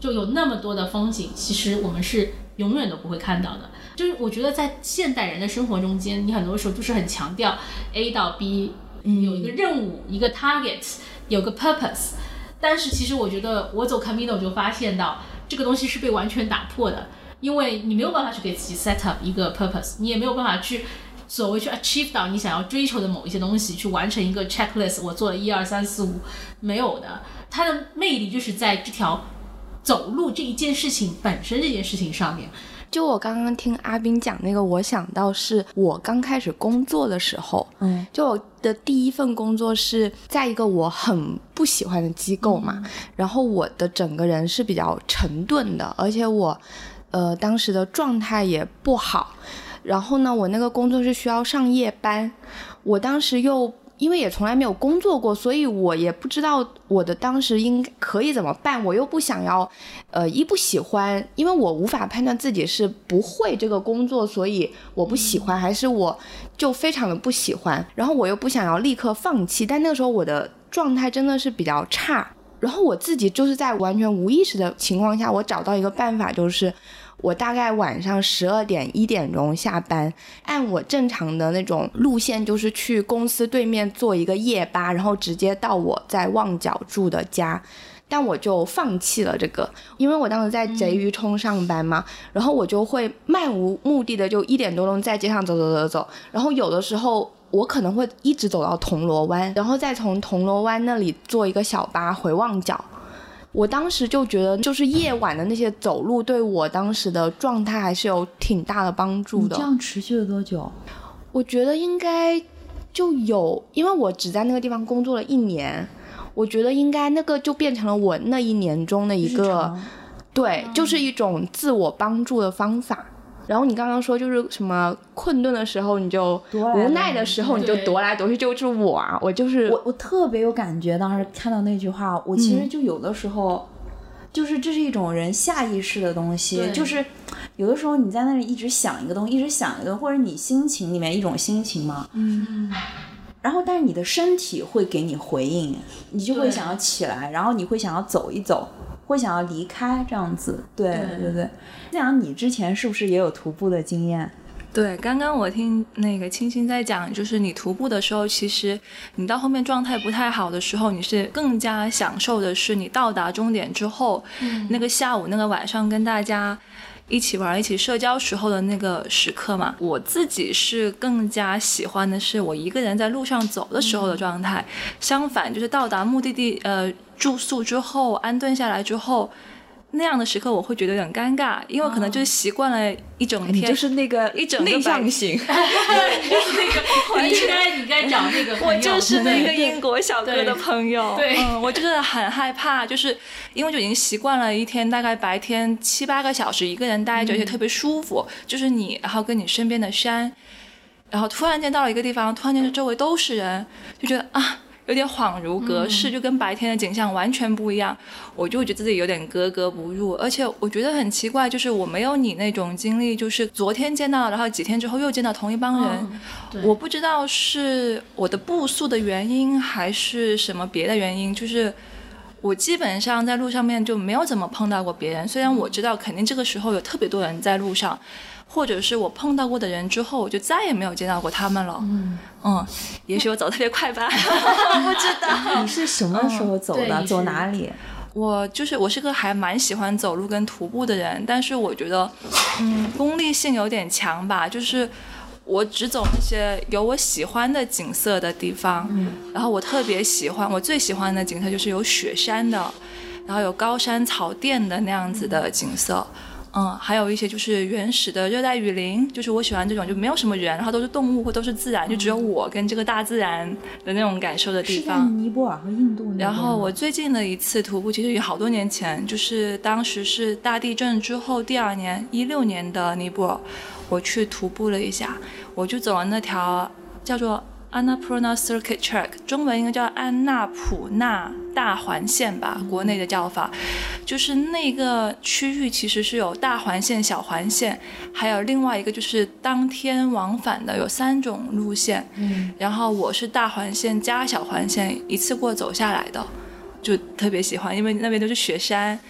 就有那么多的风景，其实我们是永远都不会看到的。就是我觉得在现代人的生活中间，你很多时候就是很强调 A 到 B， 有一个任务、嗯、一个 target， 有个 purpose， 但是其实我觉得我走 Camino 就发现到这个东西是被完全打破的，因为你没有办法去给自己 set up 一个 purpose， 你也没有办法去所谓去 achieve 到你想要追求的某一些东西，去完成一个 checklist， 我做了一二三四五，没有的。它的魅力就是在这条走路这一件事情本身这件事情上面。 就我刚刚听阿斌讲那个，我想到是我刚开始工作的时候，嗯，就我的第一份工作是在一个我很不喜欢的机构嘛，嗯、然后我的整个人是比较沉钝的，而且我呃当时的状态也不好，然后呢，我那个工作是需要上夜班，我当时又因为也从来没有工作过，所以我也不知道我的当时应可以怎么办，我又不想要呃一不喜欢，因为我无法判断自己是不会这个工作，所以我不喜欢，还是我就非常的不喜欢，然后我又不想要立刻放弃，但那个时候我的状态真的是比较差，然后我自己就是在完全无意识的情况下，我找到一个办法，就是我大概晚上十二点一点钟下班，按我正常的那种路线，就是去公司对面坐一个夜巴，然后直接到我在旺角住的家。但我就放弃了这个，因为我当时在贼鱼冲上班嘛、嗯、然后我就会漫无目的的就一点多钟在街上走走走走，然后有的时候我可能会一直走到铜锣湾，然后再从铜锣湾那里坐一个小巴回旺角。我当时就觉得就是夜晚的那些走路对我当时的状态还是有挺大的帮助的。 你这样持续了多久？ 我觉得应该就有，因为我只在那个地方工作了一年，我觉得应该那个就变成了我那一年中的一个，对，就是一种自我帮助的方法。然后你刚刚说就是什么困顿的时候你就无奈的时候你就踱来踱去，就是我啊，我就是我我特别有感觉，当时看到那句话，我其实就有的时候、嗯、就是这是一种人下意识的东西，就是有的时候你在那里一直想一个东西，一直想一个，或者你心情里面一种心情嘛，嗯，然后但是你的身体会给你回应，你就会想要起来，然后你会想要走一走，会想要离开这样子。对对对对，这样你之前是不是也有徒步的经验？ 对，刚刚我听那个青青在讲，就是你徒步的时候，其实你到后面状态不太好的时候，你是更加享受的是你到达终点之后、嗯、那个下午那个晚上跟大家一起玩一起社交时候的那个时刻嘛。我自己是更加喜欢的是我一个人在路上走的时候的状态、嗯、相反就是到达目的地呃住宿之后安顿下来之后那样的时刻我会觉得有点尴尬，因为可能就是习惯了一整天、 哦、你就是那个一整个内向型那个你应该你该找那个朋友， 我就是那个英国小哥的朋友。 对， 嗯，我就是很害怕，就是因为就已经习惯了一天大概白天七八个小时一个人待着，而且特别舒服、嗯、就是你然后跟你身边的山，然后突然间到了一个地方，突然间周围都是人，就觉得啊有点恍如隔世、嗯、就跟白天的景象完全不一样，我就觉得自己有点格格不入。而且我觉得很奇怪，就是我没有你那种经历，就是昨天见到然后几天之后又见到同一帮人、嗯、我不知道是我的步速的原因还是什么别的原因，就是我基本上在路上面就没有怎么碰到过别人，虽然我知道肯定这个时候有特别多人在路上，或者是我碰到过的人之后我就再也没有见到过他们了。嗯嗯，也许我走得特别快吧我不知道。 你是什么时候走的、嗯、走哪里？ 我就是我是个还蛮喜欢走路跟徒步的人，但是我觉得嗯功利性有点强吧，就是我只走那些有我喜欢的景色的地方、嗯、然后我特别喜欢我最喜欢的景色就是有雪山的，然后有高山草甸的那样子的景色，嗯，还有一些就是原始的热带雨林，就是我喜欢这种就没有什么人，然后都是动物或都是自然，就只有我跟这个大自然的那种感受的地方。 是在尼泊尔和印度那边。 然后我最近的一次徒步其实有好多年前，就是当时是大地震之后第二年一六年的尼泊尔，我去徒步了一下，我就走了那条叫做Annapurna Circuit Track， 中文应该叫安纳普纳大环线吧，国内的叫法。就是那个区域其实是有大环线、小环线，还有另外一个就是当天往返的，有三种路线。嗯，然后我是大环线加小环线一次过走下来的，就特别喜欢，因为那边都是雪山。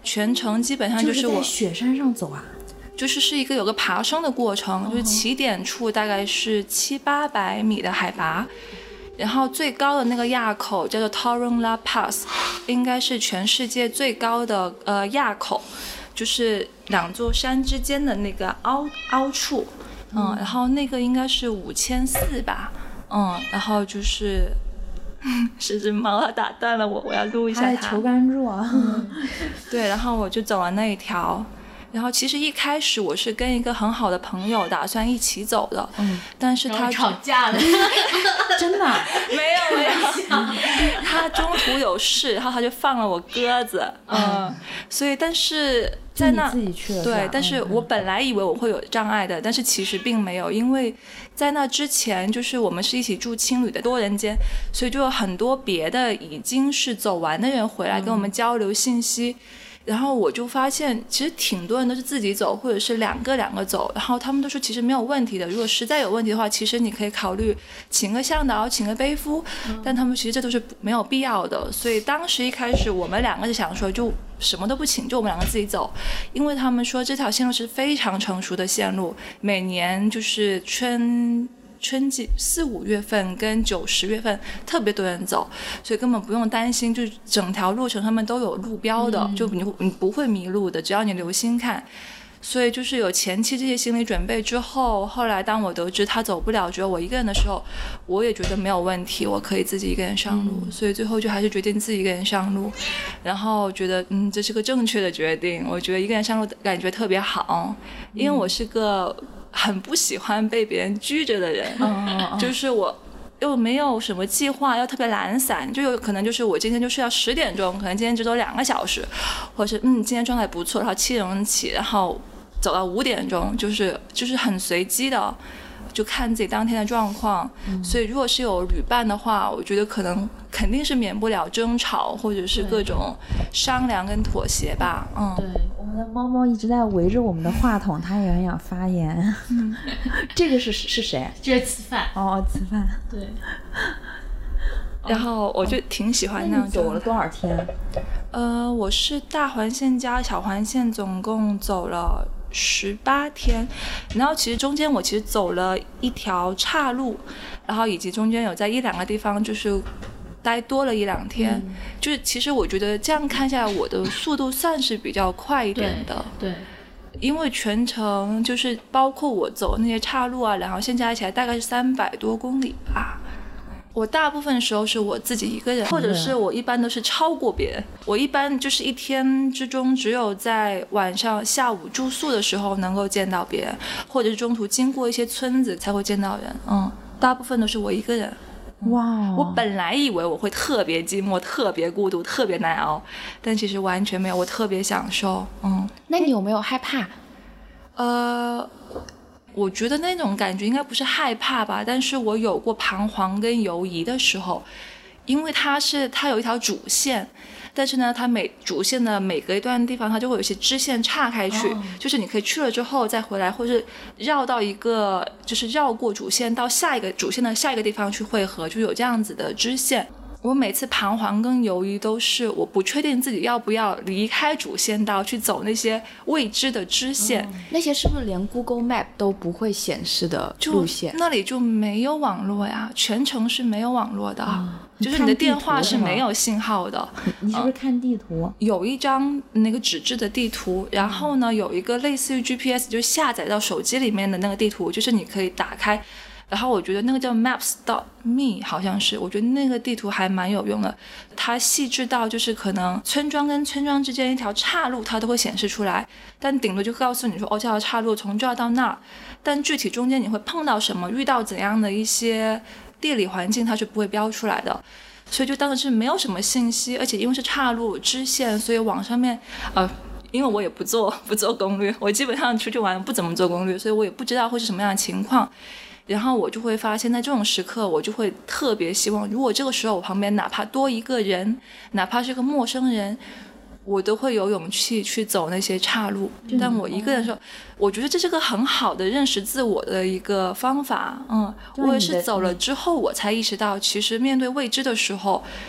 全程基本上就是我在雪山上走啊， 就是是一个有个爬升的过程，就是起点处大概是七八百米的海拔，然后最高的那个垭口叫做 Taurung La Pass， 应该是全世界最高的呃垭口，就是两座山之间的那个凹凹处，嗯，然后那个应该是五千四吧，嗯，然后就是。是只猫它打断了我，我要录一下它。 它求关注啊！ 嗯、对，然后我就走了那一条。然后其实一开始我是跟一个很好的朋友打算一起走的，嗯，但是他吵架了， 真的没有没有，他中途有事，然后他就放了我鸽子，嗯，嗯所以但是在那自己去了， 对，但是我本来以为我会有障碍的，但是其实并没有，因为在那之前就是我们是一起住青旅的多人间，所以就有很多别的已经是走完的人回来跟我们交流信息。嗯然后我就发现其实挺多人都是自己走或者是两个两个走，然后他们都说其实没有问题的，如果实在有问题的话其实你可以考虑请个向导请个背夫、嗯、但他们其实这都是没有必要的，所以当时一开始我们两个是想说就什么都不请，就我们两个自己走，因为他们说这条线路是非常成熟的线路，每年就是春春季四五月份跟九十月份特别多人走，所以根本不用担心，就整条路程他们都有路标的、嗯、就你你不会迷路的，只要你留心看。所以就是有前期这些心理准备之后，后来当我得知他走不了只有我一个人的时候，我也觉得没有问题，我可以自己一个人上路、嗯、所以最后就还是决定自己一个人上路，然后觉得嗯这是个正确的决定，我觉得一个人上路感觉特别好，因为我是个很不喜欢被别人拘着的人、嗯、就是我又没有什么计划，又特别懒散，就有可能就是我今天就睡到十点钟，可能今天只走两个小时，或者是嗯今天状态不错，然后七点钟起，然后走到五点钟，就是就是很随机的，就看自己当天的状况、嗯、所以如果是有旅伴的话，我觉得可能肯定是免不了争吵或者是各种商量跟妥协吧。嗯， 对，我们的猫猫一直在围着我们的话筒，它也很想发言。嗯、这个是是谁？ 这是吃饭。 哦，吃饭。 对。 然后我就挺喜欢那样、哦、 走了多少天？ 呃，我是大环线加小环线总共走了十八天，然后其实中间我其实走了一条岔路，然后以及中间有在一两个地方就是待多了一两天、嗯、就是其实我觉得这样看下来我的速度算是比较快一点的。 对, 对因为全程就是包括我走那些岔路啊，两条线加起来大概是三百多公里吧。我大部分时候是我自己一个人，或者是我一般都是超过别人，我一般就是一天之中只有在晚上下午住宿的时候能够见到别人，或者是中途经过一些村子才会见到人。嗯，大部分都是我一个人。 哇、 嗯，我本来以为我会特别寂寞特别孤独特别难熬，但其实完全没有，我特别享受。嗯， 那你有没有害怕？ 呃我觉得那种感觉应该不是害怕吧，但是我有过彷徨跟犹疑的时候，因为它是它有一条主线，但是呢它每主线的每隔一段地方它就会有一些支线岔开去、哦、就是你可以去了之后再回来，或是绕到一个就是绕过主线到下一个主线的下一个地方去汇合，就有这样子的支线。我每次彷徨跟犹豫都是我不确定自己要不要离开主线道去走那些未知的支线、 嗯、那些是不是连 Google Map 都不会显示的路线？ 那里就没有网络呀，全程是没有网络的、嗯、就是你的电话是没有信号的。 你, 你是不是看地图、 嗯、有一张那个纸质的地图，然后呢有一个类似于 G P S 就是下载到手机里面的那个地图，就是你可以打开，然后我觉得那个叫 maps dot me 好像是，我觉得那个地图还蛮有用的，它细致到就是可能村庄跟村庄之间一条岔路它都会显示出来，但顶多就告诉你说哦这条岔路从这儿到那儿，但具体中间你会碰到什么遇到怎样的一些地理环境它是不会标出来的，所以就当时是没有什么信息，而且因为是岔路支线，所以网上面呃因为我也不做不做攻略，我基本上出去玩不怎么做攻略，所以我也不知道会是什么样的情况。然后我就会发现在这种时刻我就会特别希望，如果这个时候我旁边哪怕多一个人，哪怕是个陌生人，我都会有勇气去走那些岔路。但我一个人的时候，我觉得这是个很好的认识自我的一个方法。嗯，我也是走了之后我才意识到，其实面对未知的时候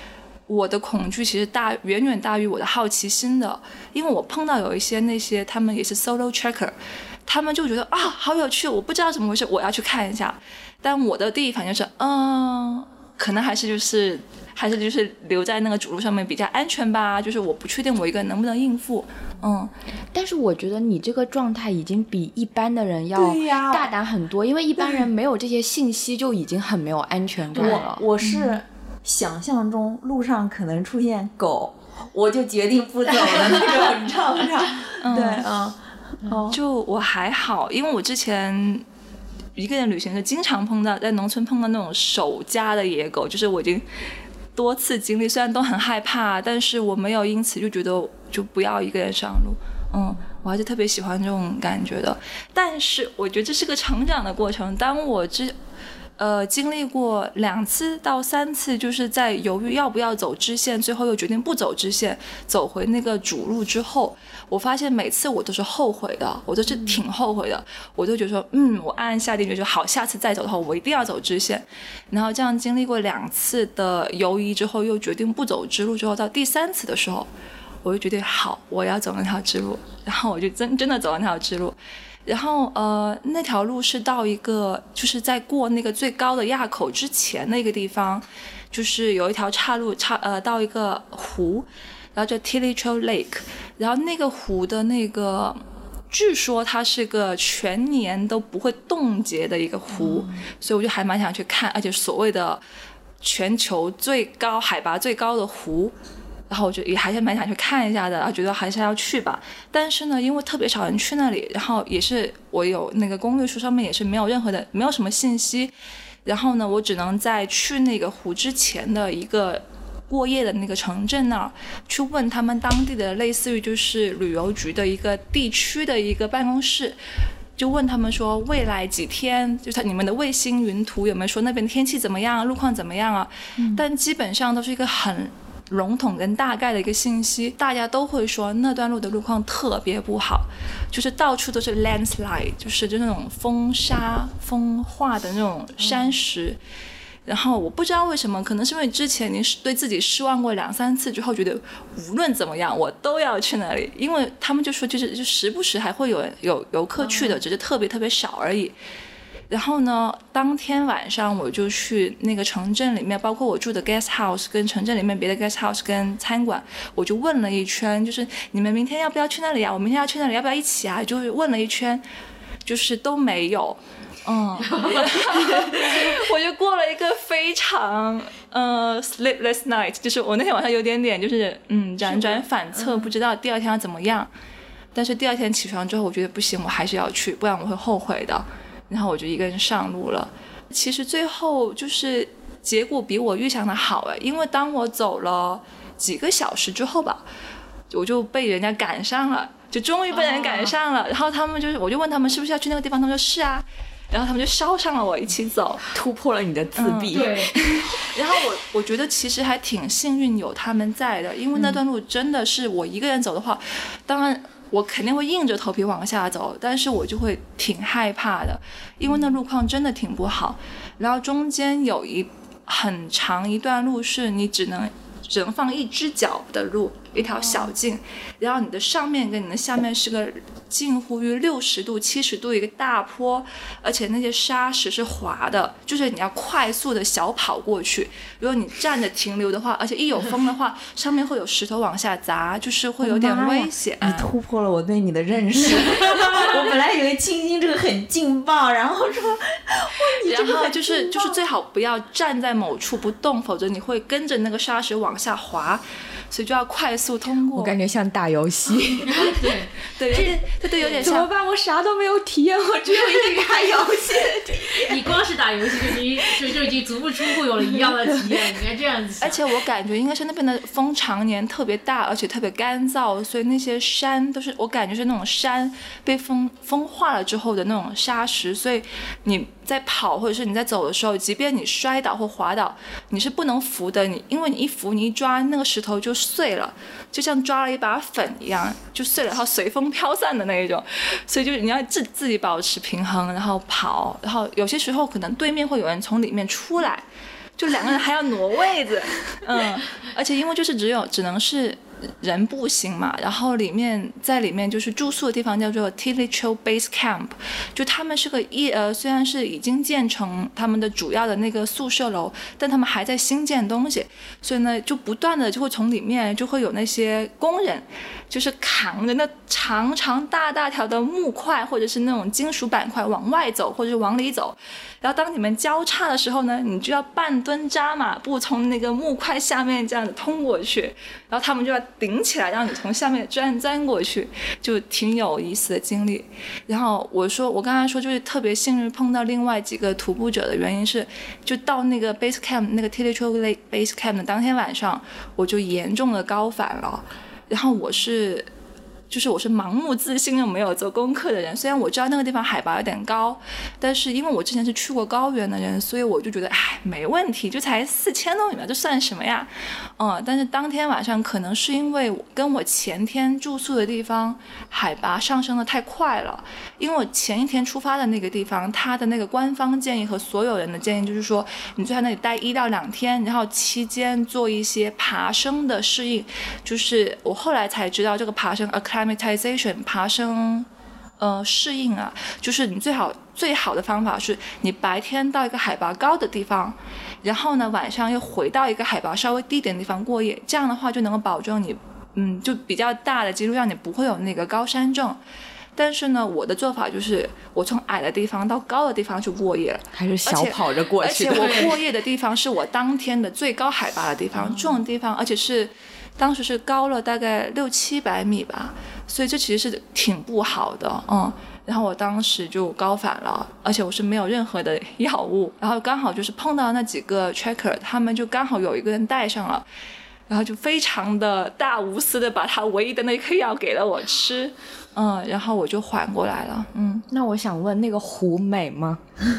我的恐惧其实大远远大于我的好奇心的，因为我碰到有一些那些他们也是 solo tracker， 他们就觉得啊好有趣，我不知道怎么回事，我要去看一下。但我的第一反应就是嗯，可能还是就是还是就是留在那个主路上面比较安全吧，就是我不确定我一个人能不能应付。嗯， 但是我觉得你这个状态已经比一般的人要大胆很多，因为一般人没有这些信息就已经很没有安全感了。 我我是想象中路上可能出现狗，我就决定不走的那种，你知道不知道？ 嗯、 对，嗯， 哦，就我还好，因为我之前一个人旅行是经常碰到在农村碰到那种守家的野狗，就是我已经多次经历，虽然都很害怕，但是我没有因此就觉得就不要一个人上路。嗯，我还是特别喜欢这种感觉的。但是我觉得这是个成长的过程。当我之呃经历过两次到三次，就是在犹豫要不要走支线，最后又决定不走支线，走回那个主路之后，我发现每次我都是后悔的，我都是挺后悔的。我就觉得说，嗯，我暗暗下定决心，好，下次再走的话，我一定要走支线。然后这样经历过两次的犹疑之后，又决定不走支路之后，到第三次的时候，我就决定好，我要走那条支路，然后我就真真的走了那条支路。然后呃，那条路是到一个就是在过那个最高的垭口之前的一个地方，就是有一条岔路岔呃到一个湖，然后叫 Tillichel Lake， 然后那个湖的那个据说它是个全年都不会冻结的一个湖，嗯、所以我就还蛮想去看，而且所谓的全球最高海拔最高的湖。然后我就也还是蛮想去看一下的，然后觉得还是要去吧。但是呢，因为特别少人去那里，然后也是我有那个攻略书上面也是没有任何的没有什么信息，然后呢，我只能在去那个湖之前的一个过夜的那个城镇那儿去问他们当地的类似于就是旅游局的一个地区的一个办公室。就问他们说未来几天就是你们的卫星云图有没有说那边天气怎么样，路况怎么样啊、嗯、但基本上都是一个很笼统跟大概的一个信息，大家都会说那段路的路况特别不好，就是到处都是 landslide， 就是就那种风沙风化的那种山石、嗯、然后我不知道为什么，可能是因为之前您对自己失望过两三次之后，觉得无论怎么样我都要去那里，因为他们就说就是就时不时还会有有游客去的、嗯、只是特别特别少而已。然后呢，当天晚上我就去那个城镇里面，包括我住的 guest house 跟城镇里面别的 guest house 跟餐馆，我就问了一圈，就是你们明天要不要去那里啊？我明天要去那里，要不要一起啊？就是问了一圈，就是都没有。嗯，我就过了一个非常呃 sleepless night， 就是我那天晚上有点点就是嗯辗转反侧，不知道第二天要怎么样。但是第二天起床之后，我觉得不行，我还是要去，不然我会后悔的。然后我就一个人上路了。其实最后就是结果比我预想的好哎，因为当我走了几个小时之后吧，我就被人家赶上了，就终于被人赶上了。哦、然后他们就是，我就问他们是不是要去那个地方，他们说是啊。然后他们就捎上了我一起走， 突破了你的自闭。 嗯、对。然后我我觉得其实还挺幸运有他们在的，因为那段路真的是我一个人走的话，嗯、当然。我肯定会硬着头皮往下走，但是我就会挺害怕的，因为那路况真的挺不好。然后中间有一很长一段路是你只能只能放一只脚的路，一条小径，然后你的上面跟你的下面是个近乎于六十度、七十度一个大坡，而且那些沙石是滑的，就是你要快速的小跑过去。如果你站着停留的话，而且一有风的话，上面会有石头往下砸，就是会有点危险。 你突破了我对你的认识。我本来以为青青这个很劲爆，然后说，哇，你这个很劲爆。 然后就是就是最好不要站在某处不动，否则你会跟着那个沙石往下滑。所以就要快速通过。 我感觉像打游戏。 对对，有点对对有点像。 怎么办？我啥都没有体验，我只有一个打游戏的体验。 你光是打游戏就已经就就已经足不出户有了一样的体验，你应该这样子想。 而且我感觉应该是那边的风常年特别大，而且特别干燥，所以那些山都是我感觉是那种山被风风化了之后的那种沙石，所以你在跑或者是你在走的时候，即便你摔倒或滑倒，你是不能扶的，你因为你一扶你一抓那个石头就碎了，就像抓了一把粉一样就碎了，然后随风飘散的那一种。所以就是你要自自己保持平衡，然后跑，然后有些时候可能对面会有人从里面出来， 就两个人还要挪位子，嗯，而且因为就是只有只能是人步行嘛，然后里面在里面就是住宿的地方叫做 Tilly Trail Base Camp， 就他们是个一呃虽然是已经建成他们的主要的那个宿舍楼，但他们还在新建东西，所以呢就不断的就会从里面就会有那些工人就是扛着那长长大大条的木块或者是那种金属板块往外走或者是往里走，然后当你们交叉的时候呢，你就要半蹲扎马步从那个木块下面这样子通过去，然后他们就要顶起来让你从下面钻钻过去，就挺有意思的经历。然后我说我刚才说就是特别幸运碰到另外几个徒步者的原因是，就到那个 base camp 那个 Tilly Trail Lake base camp 的当天晚上我就严重的高反了，然后我是就是我是盲目自信又没有做功课的人，虽然我知道那个地方海拔有点高，但是因为我之前是去过高原的人，所以我就觉得哎没问题，就才四千多米嘛，这算什么呀？嗯，但是当天晚上可能是因为我跟我前天住宿的地方海拔上升的太快了，因为我前一天出发的那个地方，它的那个官方建议和所有人的建议就是说，你就在那里待一到两天，然后期间做一些爬升的适应，就是我后来才知道这个爬升 acclimatization 爬升呃适应啊，就是你最好最好的方法是你白天到一个海拔高的地方，然后呢晚上又回到一个海拔稍微低点的地方过夜，这样的话就能够保证你嗯就比较大的几率让你不会有那个高山症。但是呢我的做法就是我从矮的地方到高的地方去过夜了， 还是小跑着过去的， 而且我过夜的地方是我当天的最高海拔的地方，这种地方而且是当时是高了大概六七百米吧，所以这其实是挺不好的，嗯。然后我当时就高反了，而且我是没有任何的药物，然后刚好就是碰到那几个 tracker， 他们就刚好有一个人带上了，然后就非常的大无私的把他唯一的那颗药给了我吃，嗯，然后我就缓过来了，嗯。 那我想问，那个湖美吗？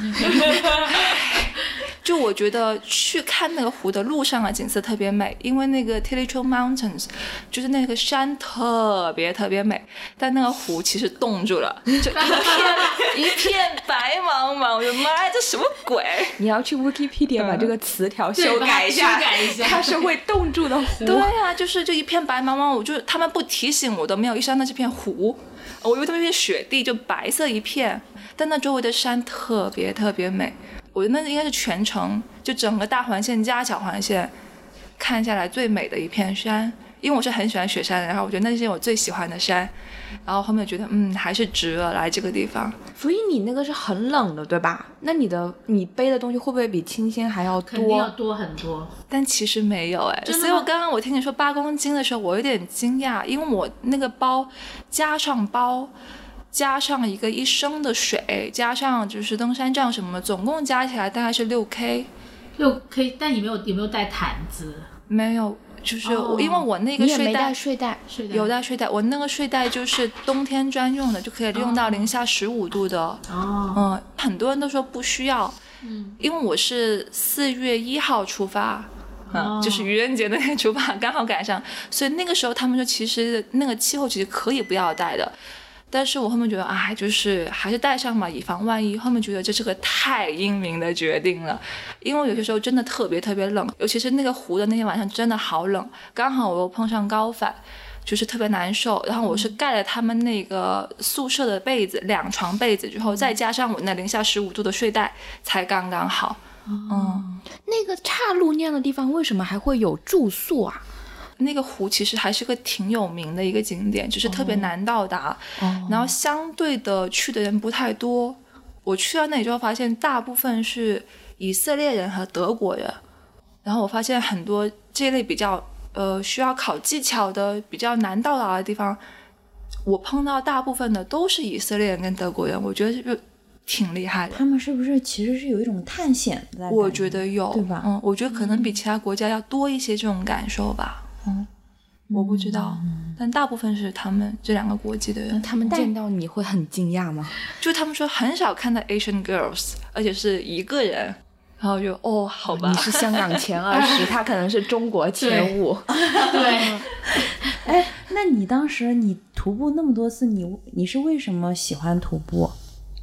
就我觉得去看那个湖的路上的景色特别美，因为那个 Tilly Trail Mountains 就是那个山特别特别美，但那个湖其实冻住了，就一片一片白茫茫，我的妈呀，这什么鬼？ 你要去 Wikipedia 把这个词条修改一下， 修改一下， 它是会冻住的湖。 对啊，就是就一片白茫茫，我就他们不提醒我都没有意识到那是片湖，我以为那片雪地就白色一片，但那周围的山特别特别美。我觉得那应该是全程就整个大环线加小环线看下来最美的一片山，因为我是很喜欢雪山的，然后我觉得那是我最喜欢的山，然后后面觉得嗯还是值了来这个地方。 所以你那个是很冷的对吧？那你的你背的东西会不会比清新还要多？ 肯定要多很多， 但其实没有哎，所以我刚刚我听你说八公斤的时候我有点惊讶，因为我那个包加上包加上一个一升的水，加上就是登山杖什么的，总共加起来大概是六 K。 六 K， 但你没有有没有带毯子？ 没有，就是我、哦、因为我那个睡袋， 你也没带睡袋， 睡袋有带睡袋，我那个睡袋就是冬天专用的，就可以用到零下十五度的。 哦， 嗯，很多人都说不需要，嗯，因为我是四月一号出发。嗯，就是愚人节那天出发，刚好赶上，所以那个时候他们说其实那个气候其实可以不要带的。但是我后面觉得哎，就是还是带上嘛，以防万一。后面觉得这是个太英明的决定了，因为有些时候真的特别特别冷，尤其是那个湖的那天晚上真的好冷，刚好我又碰上高反，就是特别难受。然后我是盖了他们那个宿舍的被子，两床被子之后，再加上我那零下十五度的睡袋，才刚刚好。嗯， 那个岔路那样的地方为什么还会有住宿啊？ 那个湖其实还是个挺有名的一个景点，只是特别难到达、哦、然后相对的去的人不太多。我去到那里之后发现大部分是以色列人和德国人，然后我发现很多这类比较呃需要考技巧的比较难到达的地方，我碰到大部分的都是以色列人跟德国人，我觉得是挺厉害的。 他们是不是其实是有一种探险在？ 我觉得有， 对吧？ 嗯，我觉得可能比其他国家要多一些这种感受吧。嗯，我不知道、嗯、但大部分是他们这两个国籍的人。 他们见到你会很惊讶吗？ 就他们说很少看到 Asian girls， 而且是一个人，然后就哦好吧， 你是香港前二十他可能是中国前五。 对哎，那你当时你徒步那么多次，你你是为什么喜欢徒步？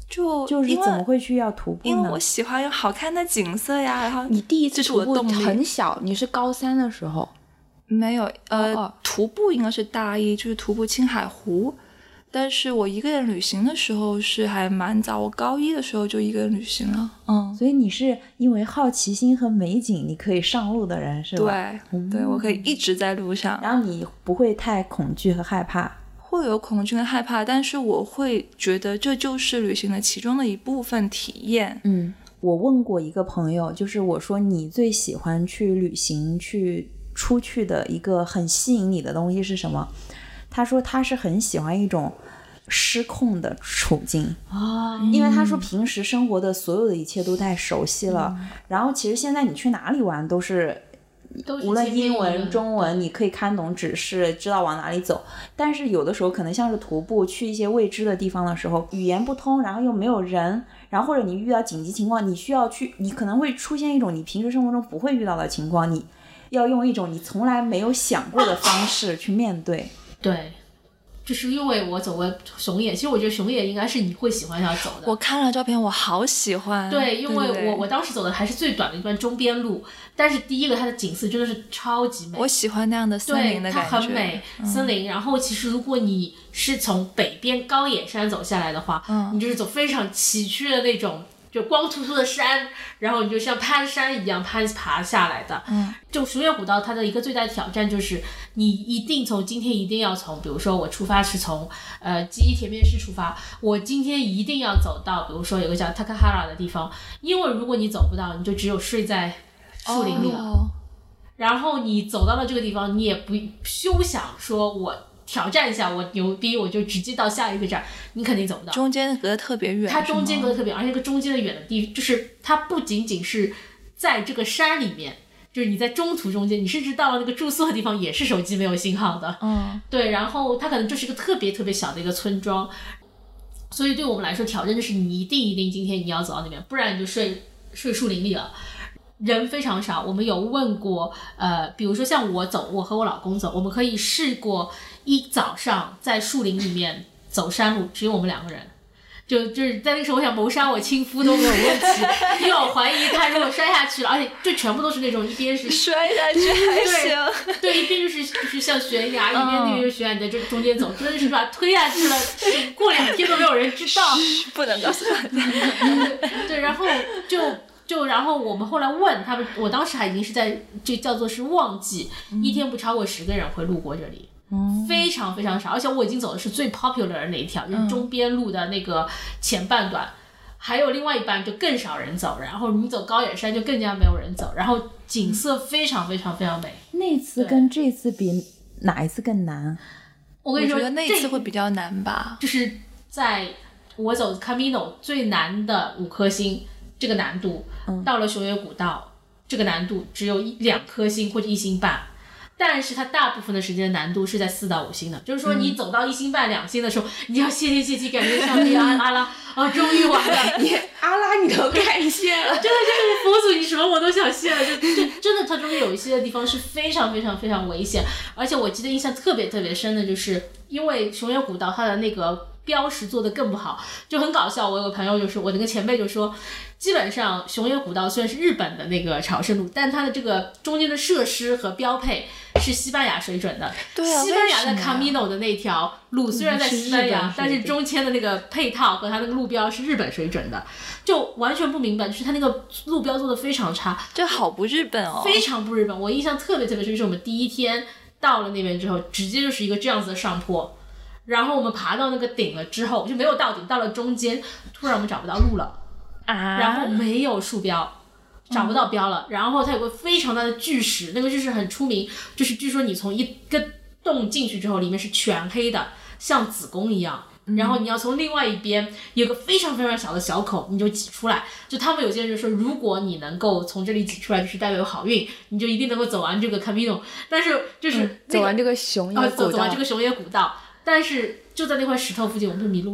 就就是怎么会去要徒步呢？ 因为我喜欢有好看的景色呀。然后你第一次徒步很很小，你是高三的时候？ 没有，呃， 哦哦徒步应该是大一，就是徒步青海湖。但是我一个人旅行的时候是还蛮早，我高一的时候就一个人旅行了。嗯， 所以你是因为好奇心和美景，你可以上路的人是吧？ 对，嗯、对我可以一直在路上， 然后你不会太恐惧和害怕。 会有恐惧和害怕，但是我会觉得这就是旅行的其中的一部分体验。 嗯，我问过一个朋友，就是我说你最喜欢去旅行去出去的一个很吸引你的东西是什么？他说他是很喜欢一种失控的处境啊、 哦，因为他说平时生活的所有的一切都太熟悉了、嗯、然后其实现在你去哪里玩都是无论英文中文你可以看懂指示，知道往哪里走，但是有的时候可能像是徒步去一些未知的地方的时候，语言不通，然后又没有人，然后或者你遇到紧急情况，你需要去，你可能会出现一种你平时生活中不会遇到的情况，你要用一种你从来没有想过的方式去面对。 对，就是因为我走过熊野，其实我觉得熊野应该是你会喜欢要走的。 我看了照片，我好喜欢。 对，因为我对对我当时走的还是最短的一段中边路，但是第一个它的景色真的是超级美。 我喜欢那样的森林的感觉， 对，它很美， 嗯、 森林。然后其实如果你是从北边高野山走下来的话， 嗯， 你就是走非常崎岖的那种。就光秃秃的山，然后你就像攀山一样攀爬下来的。 嗯， 就熊野古道它的一个最大的挑战就是你一定从今天一定要从，比如说我出发是从呃记忆田面市出发，我今天一定要走到比如说有个叫 Takahara 的地方，因为如果你走不到，你就只有睡在树林里了。 哦、 然后你走到了这个地方，你也不休想说我挑战一下，我牛逼，我就直接到下一个站，你肯定走不到。 中间隔得特别远， 它中间隔得特别远，而且这个中间的远的地，就是它不仅仅是在这个山里面，就是你在中途中间，你甚至到了那个住宿的地方也是手机没有信号的。 嗯， 对，然后它可能就是一个特别特别小的一个村庄，所以对我们来说挑战就是你一定一定今天你要走到那边，不然你就睡睡树林里了。人非常少，我们有问过，呃，比如说像我走，我和我老公走，我们可以试过一早上在树林里面走山路，只有我们两个人，就就是在那个时候，我想谋杀我亲夫都没有问题，因为我怀疑他如果摔下去了，而且就全部都是那种一边是摔下去还行， 对，对，一边就是就是像悬崖，一边那边就是悬崖，你在这中间走，真的是把他推下去了，过两天都没有人知道， 不能告诉大家。 对，然后就。就然后我们后来问他们，我当时还已经是在这叫做是旺季、嗯、一天不超过十个人会路过这里、嗯、非常非常少，而且我已经走的是最 popular 的那一条、嗯、就是中边路的那个前半段，还有另外一半就更少人走，然后你走高野山就更加没有人走，然后景色非常非常非常美。 那次跟这次比哪一次更难？ 我跟你说， 我觉得那次会比较难吧， 就是在我走 Camino 最难的五颗星这个难度、嗯、到了熊野古道这个难度只有一两颗星或者一星半，但是它大部分的时间的难度是在四到五星的，就是说你走到一星半两星的时候、嗯、你要谢天谢地，感觉上帝阿阿拉啊，终于完了， 你阿拉你都感谢了， 真的就是佛祖，你什么我都想谢了，就就真的它中间有一些地方是非常非常非常危险，而且我记得印象特别特别深的就是因为熊野古道它的那个标识做得更不好，就很搞笑。我有个朋友就说，我那个前辈就说，基本上熊野古道虽然是日本的那个朝圣路，但它的这个中间的设施和标配是西班牙水准的。 对啊， 西班牙的 Camino 的那条路虽然在西班牙，但是中间的那个配套和它那个路标是日本水准的，就完全不明白，就是它那个路标做得非常差， 这好不日本哦， 非常不日本。我印象特别特别深，就是我们第一天到了那边之后，直接就是一个这样子的上坡。然后我们爬到那个顶了之后就没有到顶，到了中间突然我们找不到路了啊， 然后没有树标，找不到标了、嗯、然后它有个非常大的巨石，那个巨石很出名，就是据说你从一个洞进去之后里面是全黑的像子宫一样，然后你要从另外一边有个非常非常小的小口你就挤出来，就他们有些人就说如果你能够从这里挤出来就是代表有好运，你就一定能够走完这个 Camino， 但是就是、那个嗯、走完这个熊野古道、 啊、走, 走完这个熊野古道，但是就在那块石头附近我们就迷路了，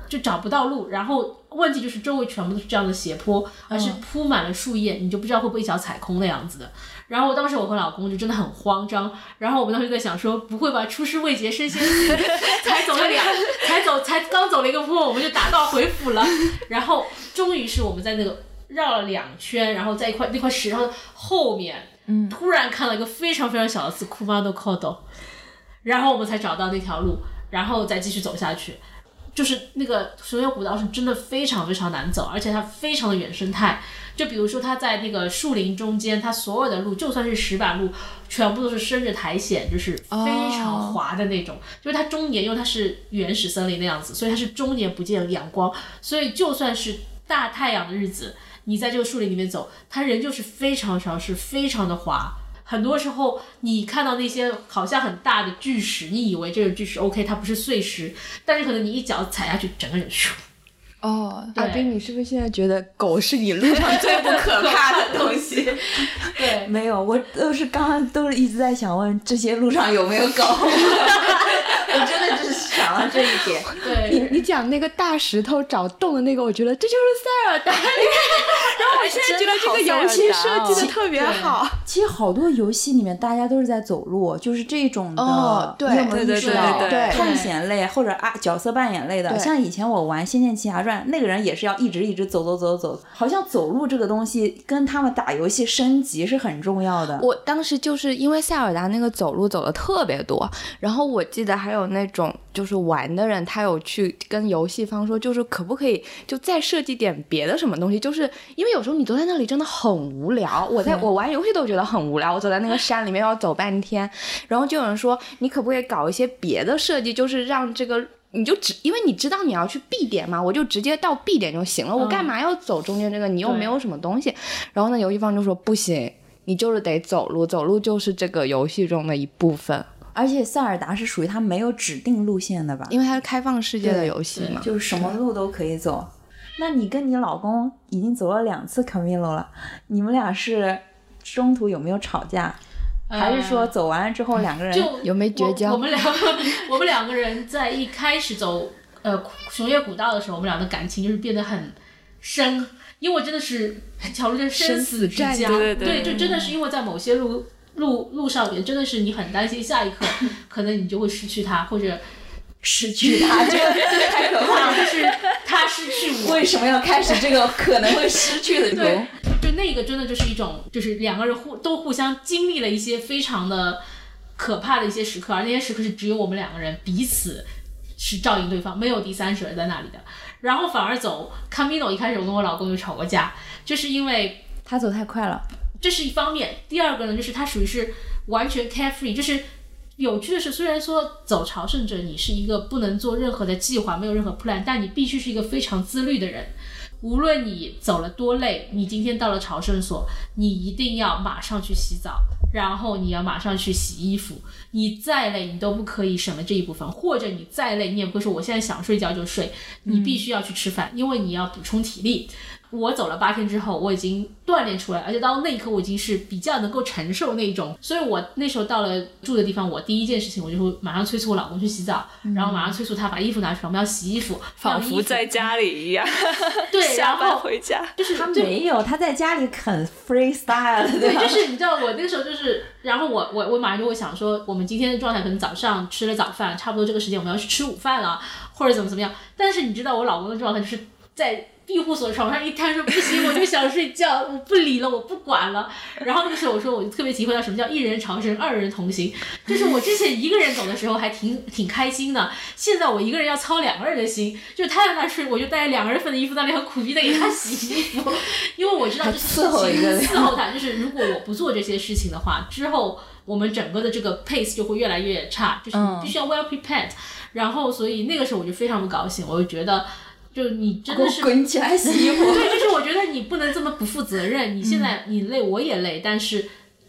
就找不到路，然后问题就是周围全部都是这样的斜坡，而是铺满了树叶，你就不知道会不会一脚踩空那样子的。然后当时我和老公就真的很慌张，然后我们当时在想说，不会吧，出师未捷身先死，才走了两，才走才刚走了一个坡，我们就打道回府了。然后终于是我们在那个绕了两圈，然后在一块那块石头后面，嗯，突然看到一个非常非常小的字 Kumano Kodo， 然后我们才找到那条路，然后再继续走下去。就是那个熊野古道是真的非常非常难走，而且它非常的原生态。就比如说它在那个树林中间，它所有的路就算是石板路，全部都是伸着苔藓，就是非常滑的那种。Oh. 就是它终年，因为它是原始森林那样子，所以它是终年不见阳光，所以就算是大太阳的日子，你在这个树林里面走，它仍旧是非常潮湿，非常的滑。很多时候你看到那些好像很大的巨石，你以为这个巨石 OK 它不是碎石，但是可能你一脚踩下去整个人咻。 哦，阿斌，你是不是现在觉得狗是你路上最不可怕的东西？ 对， 没有，我都是刚刚都是一直在想问这些路上有没有狗。我真的就是想到这一点。 对， 你你讲那个大石头找洞的那个，我觉得这就是塞尔达。然后我现在觉得这个游戏设计的特别好。 其实好多游戏里面大家都是在走路，就是这种的， 哦、对， 你有没有意识到？ 对对对对， 探险类或者啊角色扮演类的，像以前我玩《仙剑奇侠传》，那个人也是要一直一直走走走走，好像走路这个东西跟他们打游戏升级是很重要的。 我当时就是因为塞尔达那个走路走的特别多，然后我记得还有那种就是玩的人，他有去跟游戏方说，就是可不可以就再设计点别的什么东西，就是因为有时候你坐在那里真的很无聊，我在我玩游戏都觉得很无聊，我走在那个山里面要走半天，然后就有人说你可不可以搞一些别的设计，就是让这个你就只因为你知道你要去 B 点嘛，我就直接到 B 点就行了，我干嘛要走中间这个，你又没有什么东西。然后呢游戏方就说不行，你就是得走路，走路就是这个游戏中的一部分。 而且塞尔达是属于它没有指定路线的吧， 因为它是开放世界的游戏嘛， 就是什么路都可以走。那你跟你老公已经走了两次 Camino 了，你们俩是中途有没有吵架？呃、还是说走完了之后两个人有没有绝交？ 我, 我们两个我们两个人在一开始走呃熊野古道的时候，我们俩的感情就是变得很深，因为真的是条路的生死之交， 对对对，就真的是因为在某些路路路上面，真的是你很担心下一刻可能你就会失去他，或者失去他，这个太可怕了， 就是他失去我。 为什么要开始这个可能会失去的对，就那个真的就是一种，就是两个人互都互相经历了一些非常的可怕的一些时刻，而那些时刻是只有我们两个人彼此是照应对方，没有第三者在那里的。然后反而走 Camino， 一开始我跟我老公就吵过架，就是因为他走太快了， 这是一方面。第二个呢，就是他属于是完全 carefree， 就是有趣的是，虽然说走朝圣者你是一个不能做任何的计划，没有任何 plan， 但你必须是一个非常自律的人。无论你走了多累，你今天到了朝圣所，你一定要马上去洗澡，然后你要马上去洗衣服，你再累你都不可以省了这一部分，或者你再累你也不会说我现在想睡觉就睡，你必须要去吃饭，因为你要补充体力。我走了八天之后，我已经锻炼出来，而且到那一刻我已经是比较能够承受那种，所以我那时候到了住的地方，我第一件事情我就会马上催促我老公去洗澡，嗯、然后马上催促他把衣服拿出来，我们要洗衣服， 仿佛在家里一样。 对， 下班回家就是他没有，他在家里很 freestyle。 对，就是你知道我那个时候就是，然后我我我马上就会想说，我们今天的状态可能早上吃了早饭，差不多这个时间我们要去吃午饭了，或者怎么怎么样。但是你知道我老公的状态就是在庇护所床上一瘫说不行，我就想睡觉，我不理了，我不管了。然后那个时候我说我就特别体会到什么叫一人朝圣二人同行，就是我之前一个人走的时候还挺挺开心的，现在我一个人要操两个人的心，就是他在那睡，我就带两人份的衣服在那里很苦逼的给他洗衣服，因为我知道这伺候一个伺候他，就是如果我不做这些事情的话，之后我们整个的这个 pace 就会越来越差，就是你必须要 well prepared、嗯、然后所以那个时候我就非常不高兴，我就觉得就你真的是滚起来洗衣服。 对，就是我觉得你不能这么不负责任。你现在你累，我也累，但是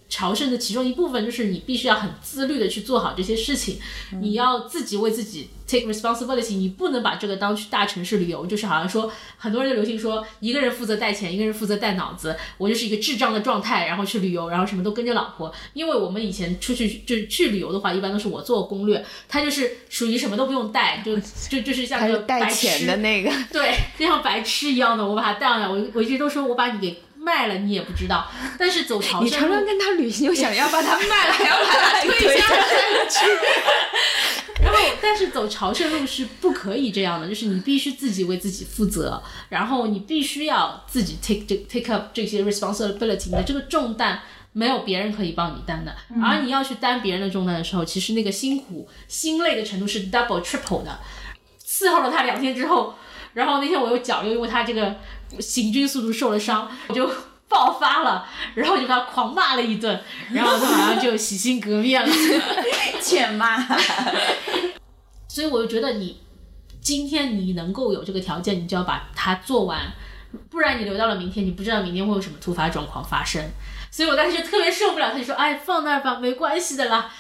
朝圣的其中一部分就是你必须要很自律的去做好这些事情，嗯、你要自己为自己 take responsibility， 你不能把这个当去大城市旅游，就是好像说很多人就流行说一个人负责带钱，一个人负责带脑子，我就是一个智障的状态，然后去旅游，然后什么都跟着老婆。因为我们以前出去就是去旅游的话，一般都是我做攻略，他就是属于什么都不用带，就就就是像个白痴带钱的那个， 对，就像白痴一样的，我把他带上来，我我一直都说我把你给卖了你也不知道，但是走朝圣路， 你常常跟他旅行，又想要把他卖了，还要把他推下山去。 然后，但是走朝圣路是不可以这样的，就是你必须自己为自己负责，然后你必须要自己 take take up 这些 responsibility， 你的这个重担没有别人可以帮你担的，嗯、而你要去担别人的重担的时候，其实那个辛苦、心累的程度是 double triple 的。伺候了他两天之后，然后那天我又脚又因为他这个行军速度受了伤，我就爆发了，然后就把他狂骂了一顿，然后他好像就洗心革面了， 欠骂。 所以我就觉得你今天你能够有这个条件，你就要把它做完，不然你留到了明天，你不知道明天会有什么突发状况发生。所以我当时就特别受不了，他就说：“哎，放那儿吧，没关系的啦。”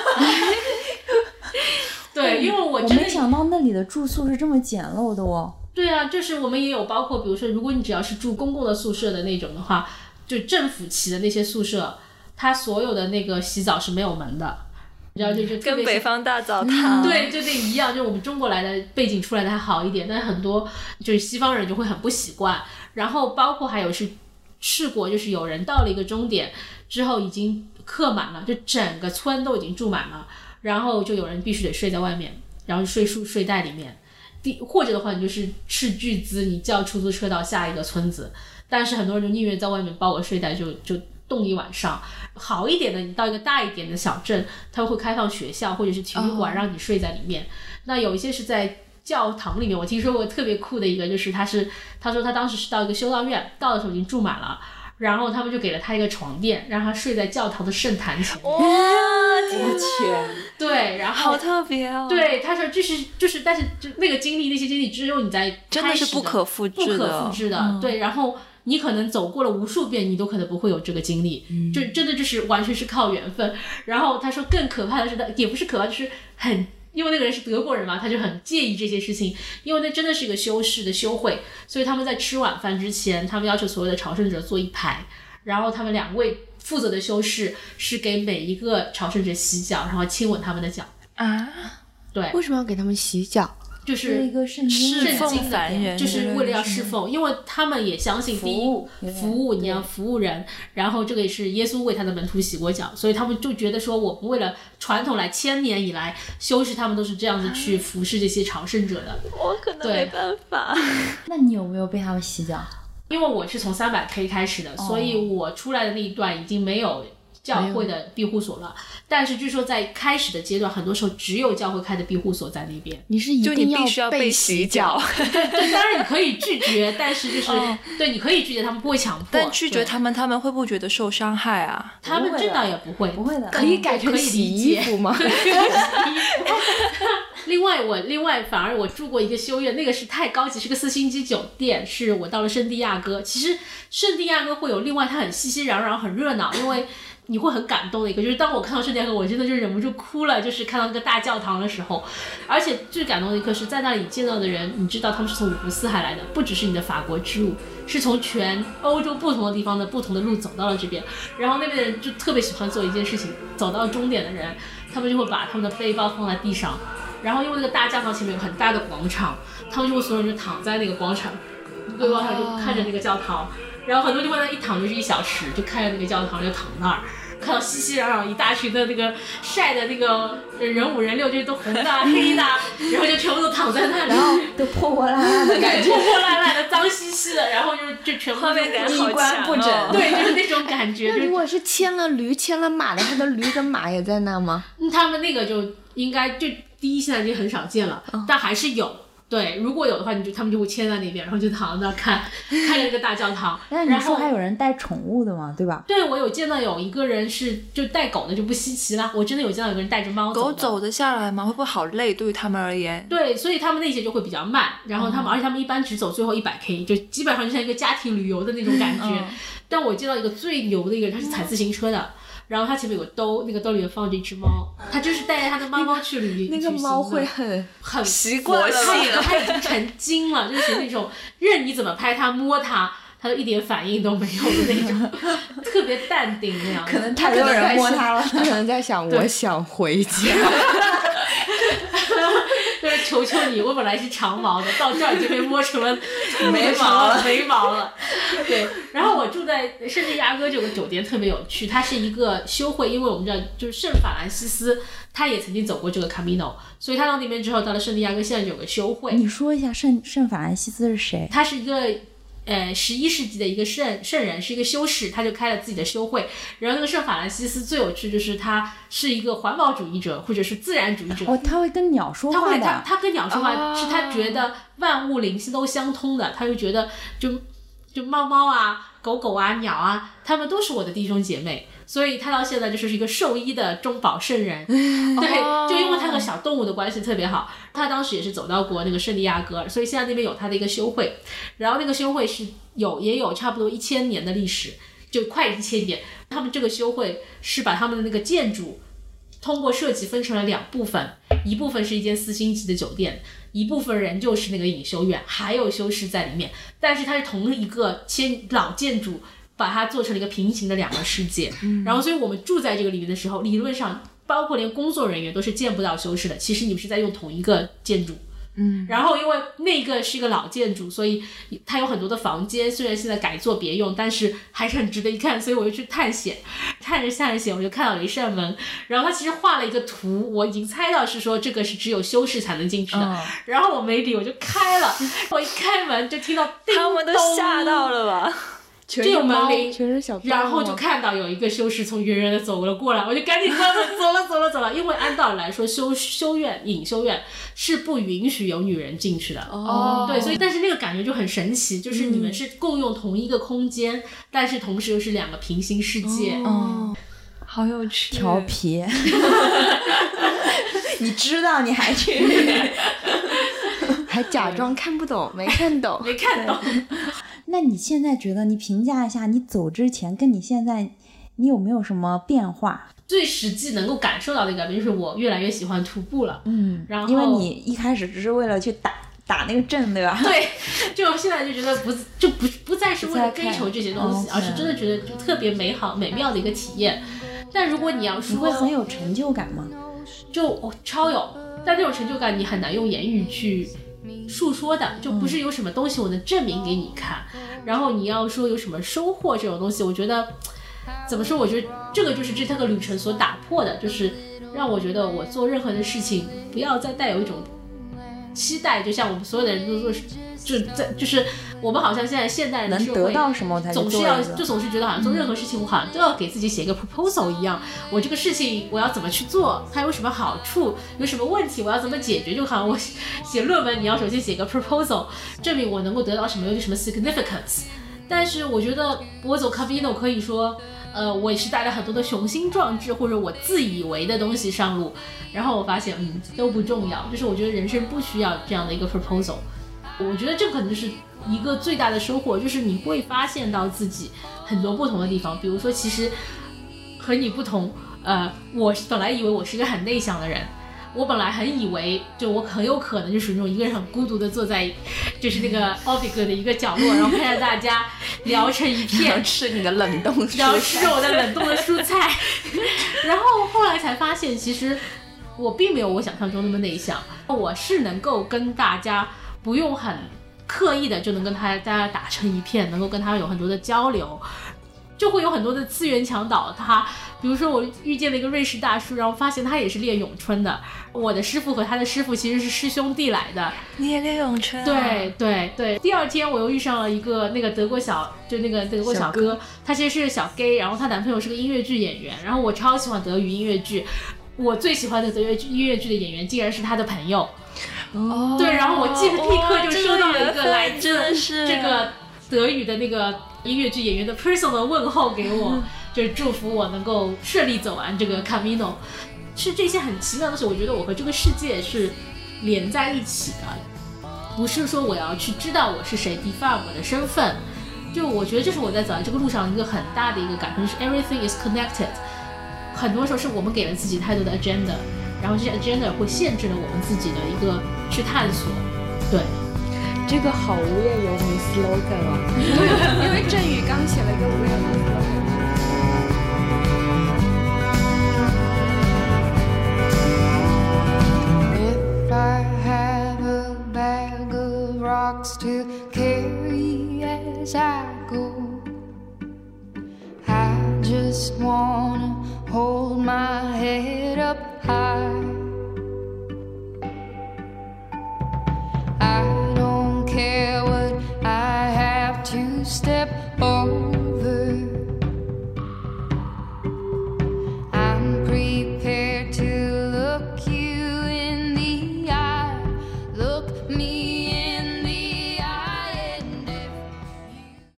对，因为我真的我没想到那里的住宿是这么简陋的哦。 对啊，就是我们也有包括，比如说，如果你只要是住公共的宿舍的那种的话，就政府起的那些宿舍，它所有的那个洗澡是没有门的，你知道，就就跟北方大澡堂、 嗯、对，就那一样，就我们中国来的背景出来的还好一点，但是很多就是西方人就会很不习惯。然后包括还有是试过，就是有人到了一个终点之后已经客满了，就整个村都已经住满了，然后就有人必须得睡在外面，然后睡树睡袋里面。或者的话，你就是斥巨资，你叫出租车到下一个村子，但是很多人就宁愿在外面包个睡袋就就冻一晚上。好一点的，你到一个大一点的小镇，它会开放学校或者是体育馆让你睡在里面。Oh. 那有一些是在教堂里面，我听说过特别酷的一个，就是他是他说他当时是到一个修道院，到的时候已经住满了。然后他们就给了他一个床垫，让他睡在教堂的圣坛前面。 哇，我天！ 对，然后好特别哦。 对，他说就是就是，但是就那个经历，那些经历只有你在真的是不可复制的， 不可复制的。嗯、对，然后你可能走过了无数遍，你都可能不会有这个经历，嗯、就真的就是完全是靠缘分。然后他说更可怕的是，也不是可怕，就是很。因为那个人是德国人嘛，他就很介意这些事情，因为那真的是一个修士的修会，所以他们在吃晚饭之前，他们要求所有的朝圣者坐一排，然后他们两位负责的修士是给每一个朝圣者洗脚，然后亲吻他们的脚啊。 对， 为什么要给他们洗脚？ 就是一个圣经圣经的，就是为了要侍奉，因为他们也相信第一服务， 服务你要服务人，然后这个也是耶稣为他的门徒洗过脚，所以他们就觉得说，我们为了传统来千年以来，修士他们都是这样子去服侍这些朝圣者的。 我可能没办法。 那你有没有被他们洗脚？ 因为我是从三百 K 开始的，所以我出来的那一段已经没有教会的庇护所了，但是据说在开始的阶段，很多时候只有教会开的庇护所在那边。 你是一定要被洗脚？ 对，当然你可以拒绝，但是就是、哦、对，你可以拒绝，他们不会强迫。 但拒绝他们，他们会不会觉得受伤害啊？ 他们这倒也不会， 不会的， 可以改成洗衣服吗？ 另外我另外反而我住过一个修院，那个是太高级，是个四星级酒店，是我到了圣地亚哥。其实圣地亚哥会有另外它很熙熙攘攘很热闹，因为你会很感动的一个，就是当我看到圣地亚哥，我真的就忍不住哭了，就是看到那个大教堂的时候。而且最感动的一刻是在那里见到的人，你知道他们是从五湖四海来的，不只是你的法国之路，是从全欧洲不同的地方的不同的路走到了这边。然后那边的人就特别喜欢做一件事情，走到终点的人，他们就会把他们的背包放在地上，然后因为那个大教堂前面有很大的广场，他们就会所有人就躺在那个广场背包上，就看着那个教堂，然后很多地方在一躺就是一小时，就看着那个教堂就躺那儿，看到熙熙攘攘一大群的那个晒的那个人五人六，就是都红的黑的，然后就全部都躺在那里， 然后都破破烂烂的感觉， 破破烂烂的脏兮兮的，然后就就全部画面感衣冠不整， 对，就是那种感觉。 那如果是牵了驴牵了马的，他的驴跟马也在那吗？ 嗯，他们那个就应该就第一现在已经很少见了，哦、但还是有。对，如果有的话，你就他们就会牵在那边，然后就躺在那看，看着那个大教堂。 但你说还有人带宠物的吗？对吧？ 对，我有见到有一个人是就带狗的，就不稀奇了。我真的有见到有个人带着猫走的。 狗走得下来吗？会不会好累？对于他们而言。 对，所以他们那些就会比较慢，然后他们，嗯、而且他们一般只走最后一百 K， 就基本上就像一个家庭旅游的那种感觉。嗯但我见到一个最牛的一个人，他是踩自行车的，然后他前面有个兜，那个兜里面放着一只猫，他就是带着他的猫猫去旅行。 那个猫会很很习惯了， 他已经成精了，就是那种任你怎么拍它摸它，它都一点反应都没有的那种，特别淡定那样。 可能太多人摸它了， 他可能在想我想回家。 就是求求你，我本来是长毛的，到这儿就被摸成了没毛了，没毛了。对，然后我住在圣地亚哥这个酒店特别有趣，它是一个修会，因为我们知道就是圣法兰西斯他也曾经走过这个 Camino， 所以他到那边之后，到了圣地亚哥现在就有个修会。 你说一下圣圣法兰西斯是谁？ 他是一个。呃，十一世纪的一个圣圣人，是一个修士，他就开了自己的修会。然后那个圣法兰西斯最有趣就是他是一个环保主义者，或者是自然主义者。 哦，他会跟鸟说话的。 他会他他跟鸟说话，哦、是他觉得万物灵性都相通的，他就觉得就就猫猫啊、狗狗啊、鸟啊，他们都是我的弟兄姐妹。所以他到现在就是一个兽医的中保圣人，对，就因为他和小动物的关系特别好，他当时也是走到过那个圣地亚哥，所以现在那边有他的一个修会，然后那个修会是有也有差不多一千年的历史，就快一千年。他们这个修会是把他们的那个建筑通过设计分成了两部分，一部分是一间四星级的酒店，一部分人就是那个隐修院，还有修士在里面，但是它是同一个千老建筑。把它做成了一个平行的两个世界，嗯、然后所以我们住在这个里面的时候，理论上包括连工作人员都是见不到修士的，其实你们是在用同一个建筑。嗯，然后因为那个是一个老建筑，所以它有很多的房间，虽然现在改作别用，但是还是很值得一看，所以我就去探险，探着探着险，我就看到了一扇门，然后他其实画了一个图，我已经猜到是说这个是只有修士才能进去的，嗯、然后我没理，我就开了，我一开门就听到叮咚， 他们都吓到了吧？ 这有门铃， 全是小动物， 然后就看到有一个修士从远远的走了过来，我就赶紧关门，走了走了走了。因为按道理来说，修修院隐修院是不允许有女人进去的。哦，对，所以但是那个感觉就很神奇，就是你们是共用同一个空间，嗯、但是同时又是两个平行世界。 哦，好有趣， 调皮。你知道你还去， 还假装看不懂，没看懂， 没看懂。 那你现在觉得，你评价一下你走之前跟你现在你有没有什么变化？ 最实际能够感受到的一个改变就是我越来越喜欢徒步了。 嗯， 然后因为你一开始只是为了去打打那个阵，对吧？ 对，就现在就觉得不就不不再是为了追求这些东西，而是真的觉得就特别美好美妙的一个体验。但如果你要说， 你会很有成就感吗？ 就、哦、超有，但这种成就感你很难用言语去述说的，就不是有什么东西我能证明给你看，嗯、然后你要说有什么收获这种东西，我觉得怎么说？我觉得这个就是这趟个旅程所打破的，就是让我觉得我做任何的事情不要再带有一种期待，就像我们所有的人都做，就在就是我们好像现在现代人的社会能得到什么才总是要就总是觉得好像做任何事情我好像都要给自己写一个 proposal 一样，嗯、我这个事情我要怎么去做，它有什么好处，有什么问题我要怎么解决，就好像我写论文你要首先写个 proposal 证明我能够得到什么有什么 significance。 但是我觉得我走 Camino 可以说呃，我也是带了很多的雄心壮志或者我自以为的东西上路，然后我发现嗯都不重要，就是我觉得人生不需要这样的一个 proposal。 我觉得这可能就是一个最大的收获，就是你会发现到自己很多不同的地方，比如说其实和你不同，呃，我本来以为我是一个很内向的人，我本来很以为就我很有可能就属于那种一个人很孤独的坐在就是那个 office 的一个角落，然后看着大家聊成一片吃你的冷冻蔬菜， 然后吃我的冷冻的蔬菜然后后来才发现其实我并没有我想象中那么内向，我是能够跟大家不用很刻意的就能跟他大家打成一片，能够跟他有很多的交流，就会有很多的资源墙倒塌。比如说我遇见了一个瑞士大叔，然后发现他也是练咏春的，我的师傅和他的师傅其实是师兄弟来的。 你也练咏春啊？ 对对对。第二天我又遇上了一个那个德国小就那个德国小哥，他其实是小 gay， 然后他男朋友是个音乐剧演员，然后我超喜欢德语音乐剧，我最喜欢的德语音乐剧的演员竟然是他的朋友。哦，对，然后我记得立刻就收到了一个来自这个德语的那个音乐剧演员的 personal 问候给我，嗯、就是祝福我能够顺利走完这个 Camino。是这些很奇妙的事，我觉得我和这个世界是连在一起的，不是说我要去知道我是谁 define 我的身份， 就我觉得这是我在走在这个路上一个很大的一个感受，是 everything is connected。很多时候是我们给了自己太多的 agenda， 然后这些 agenda 会限制了我们自己的一个去探索。对， 这个好无业游民 slogan 啊！因为振宇刚写了一个无业游民 slogan。If I have a bag of rocks to carry as I go, I just wanna hold my head up high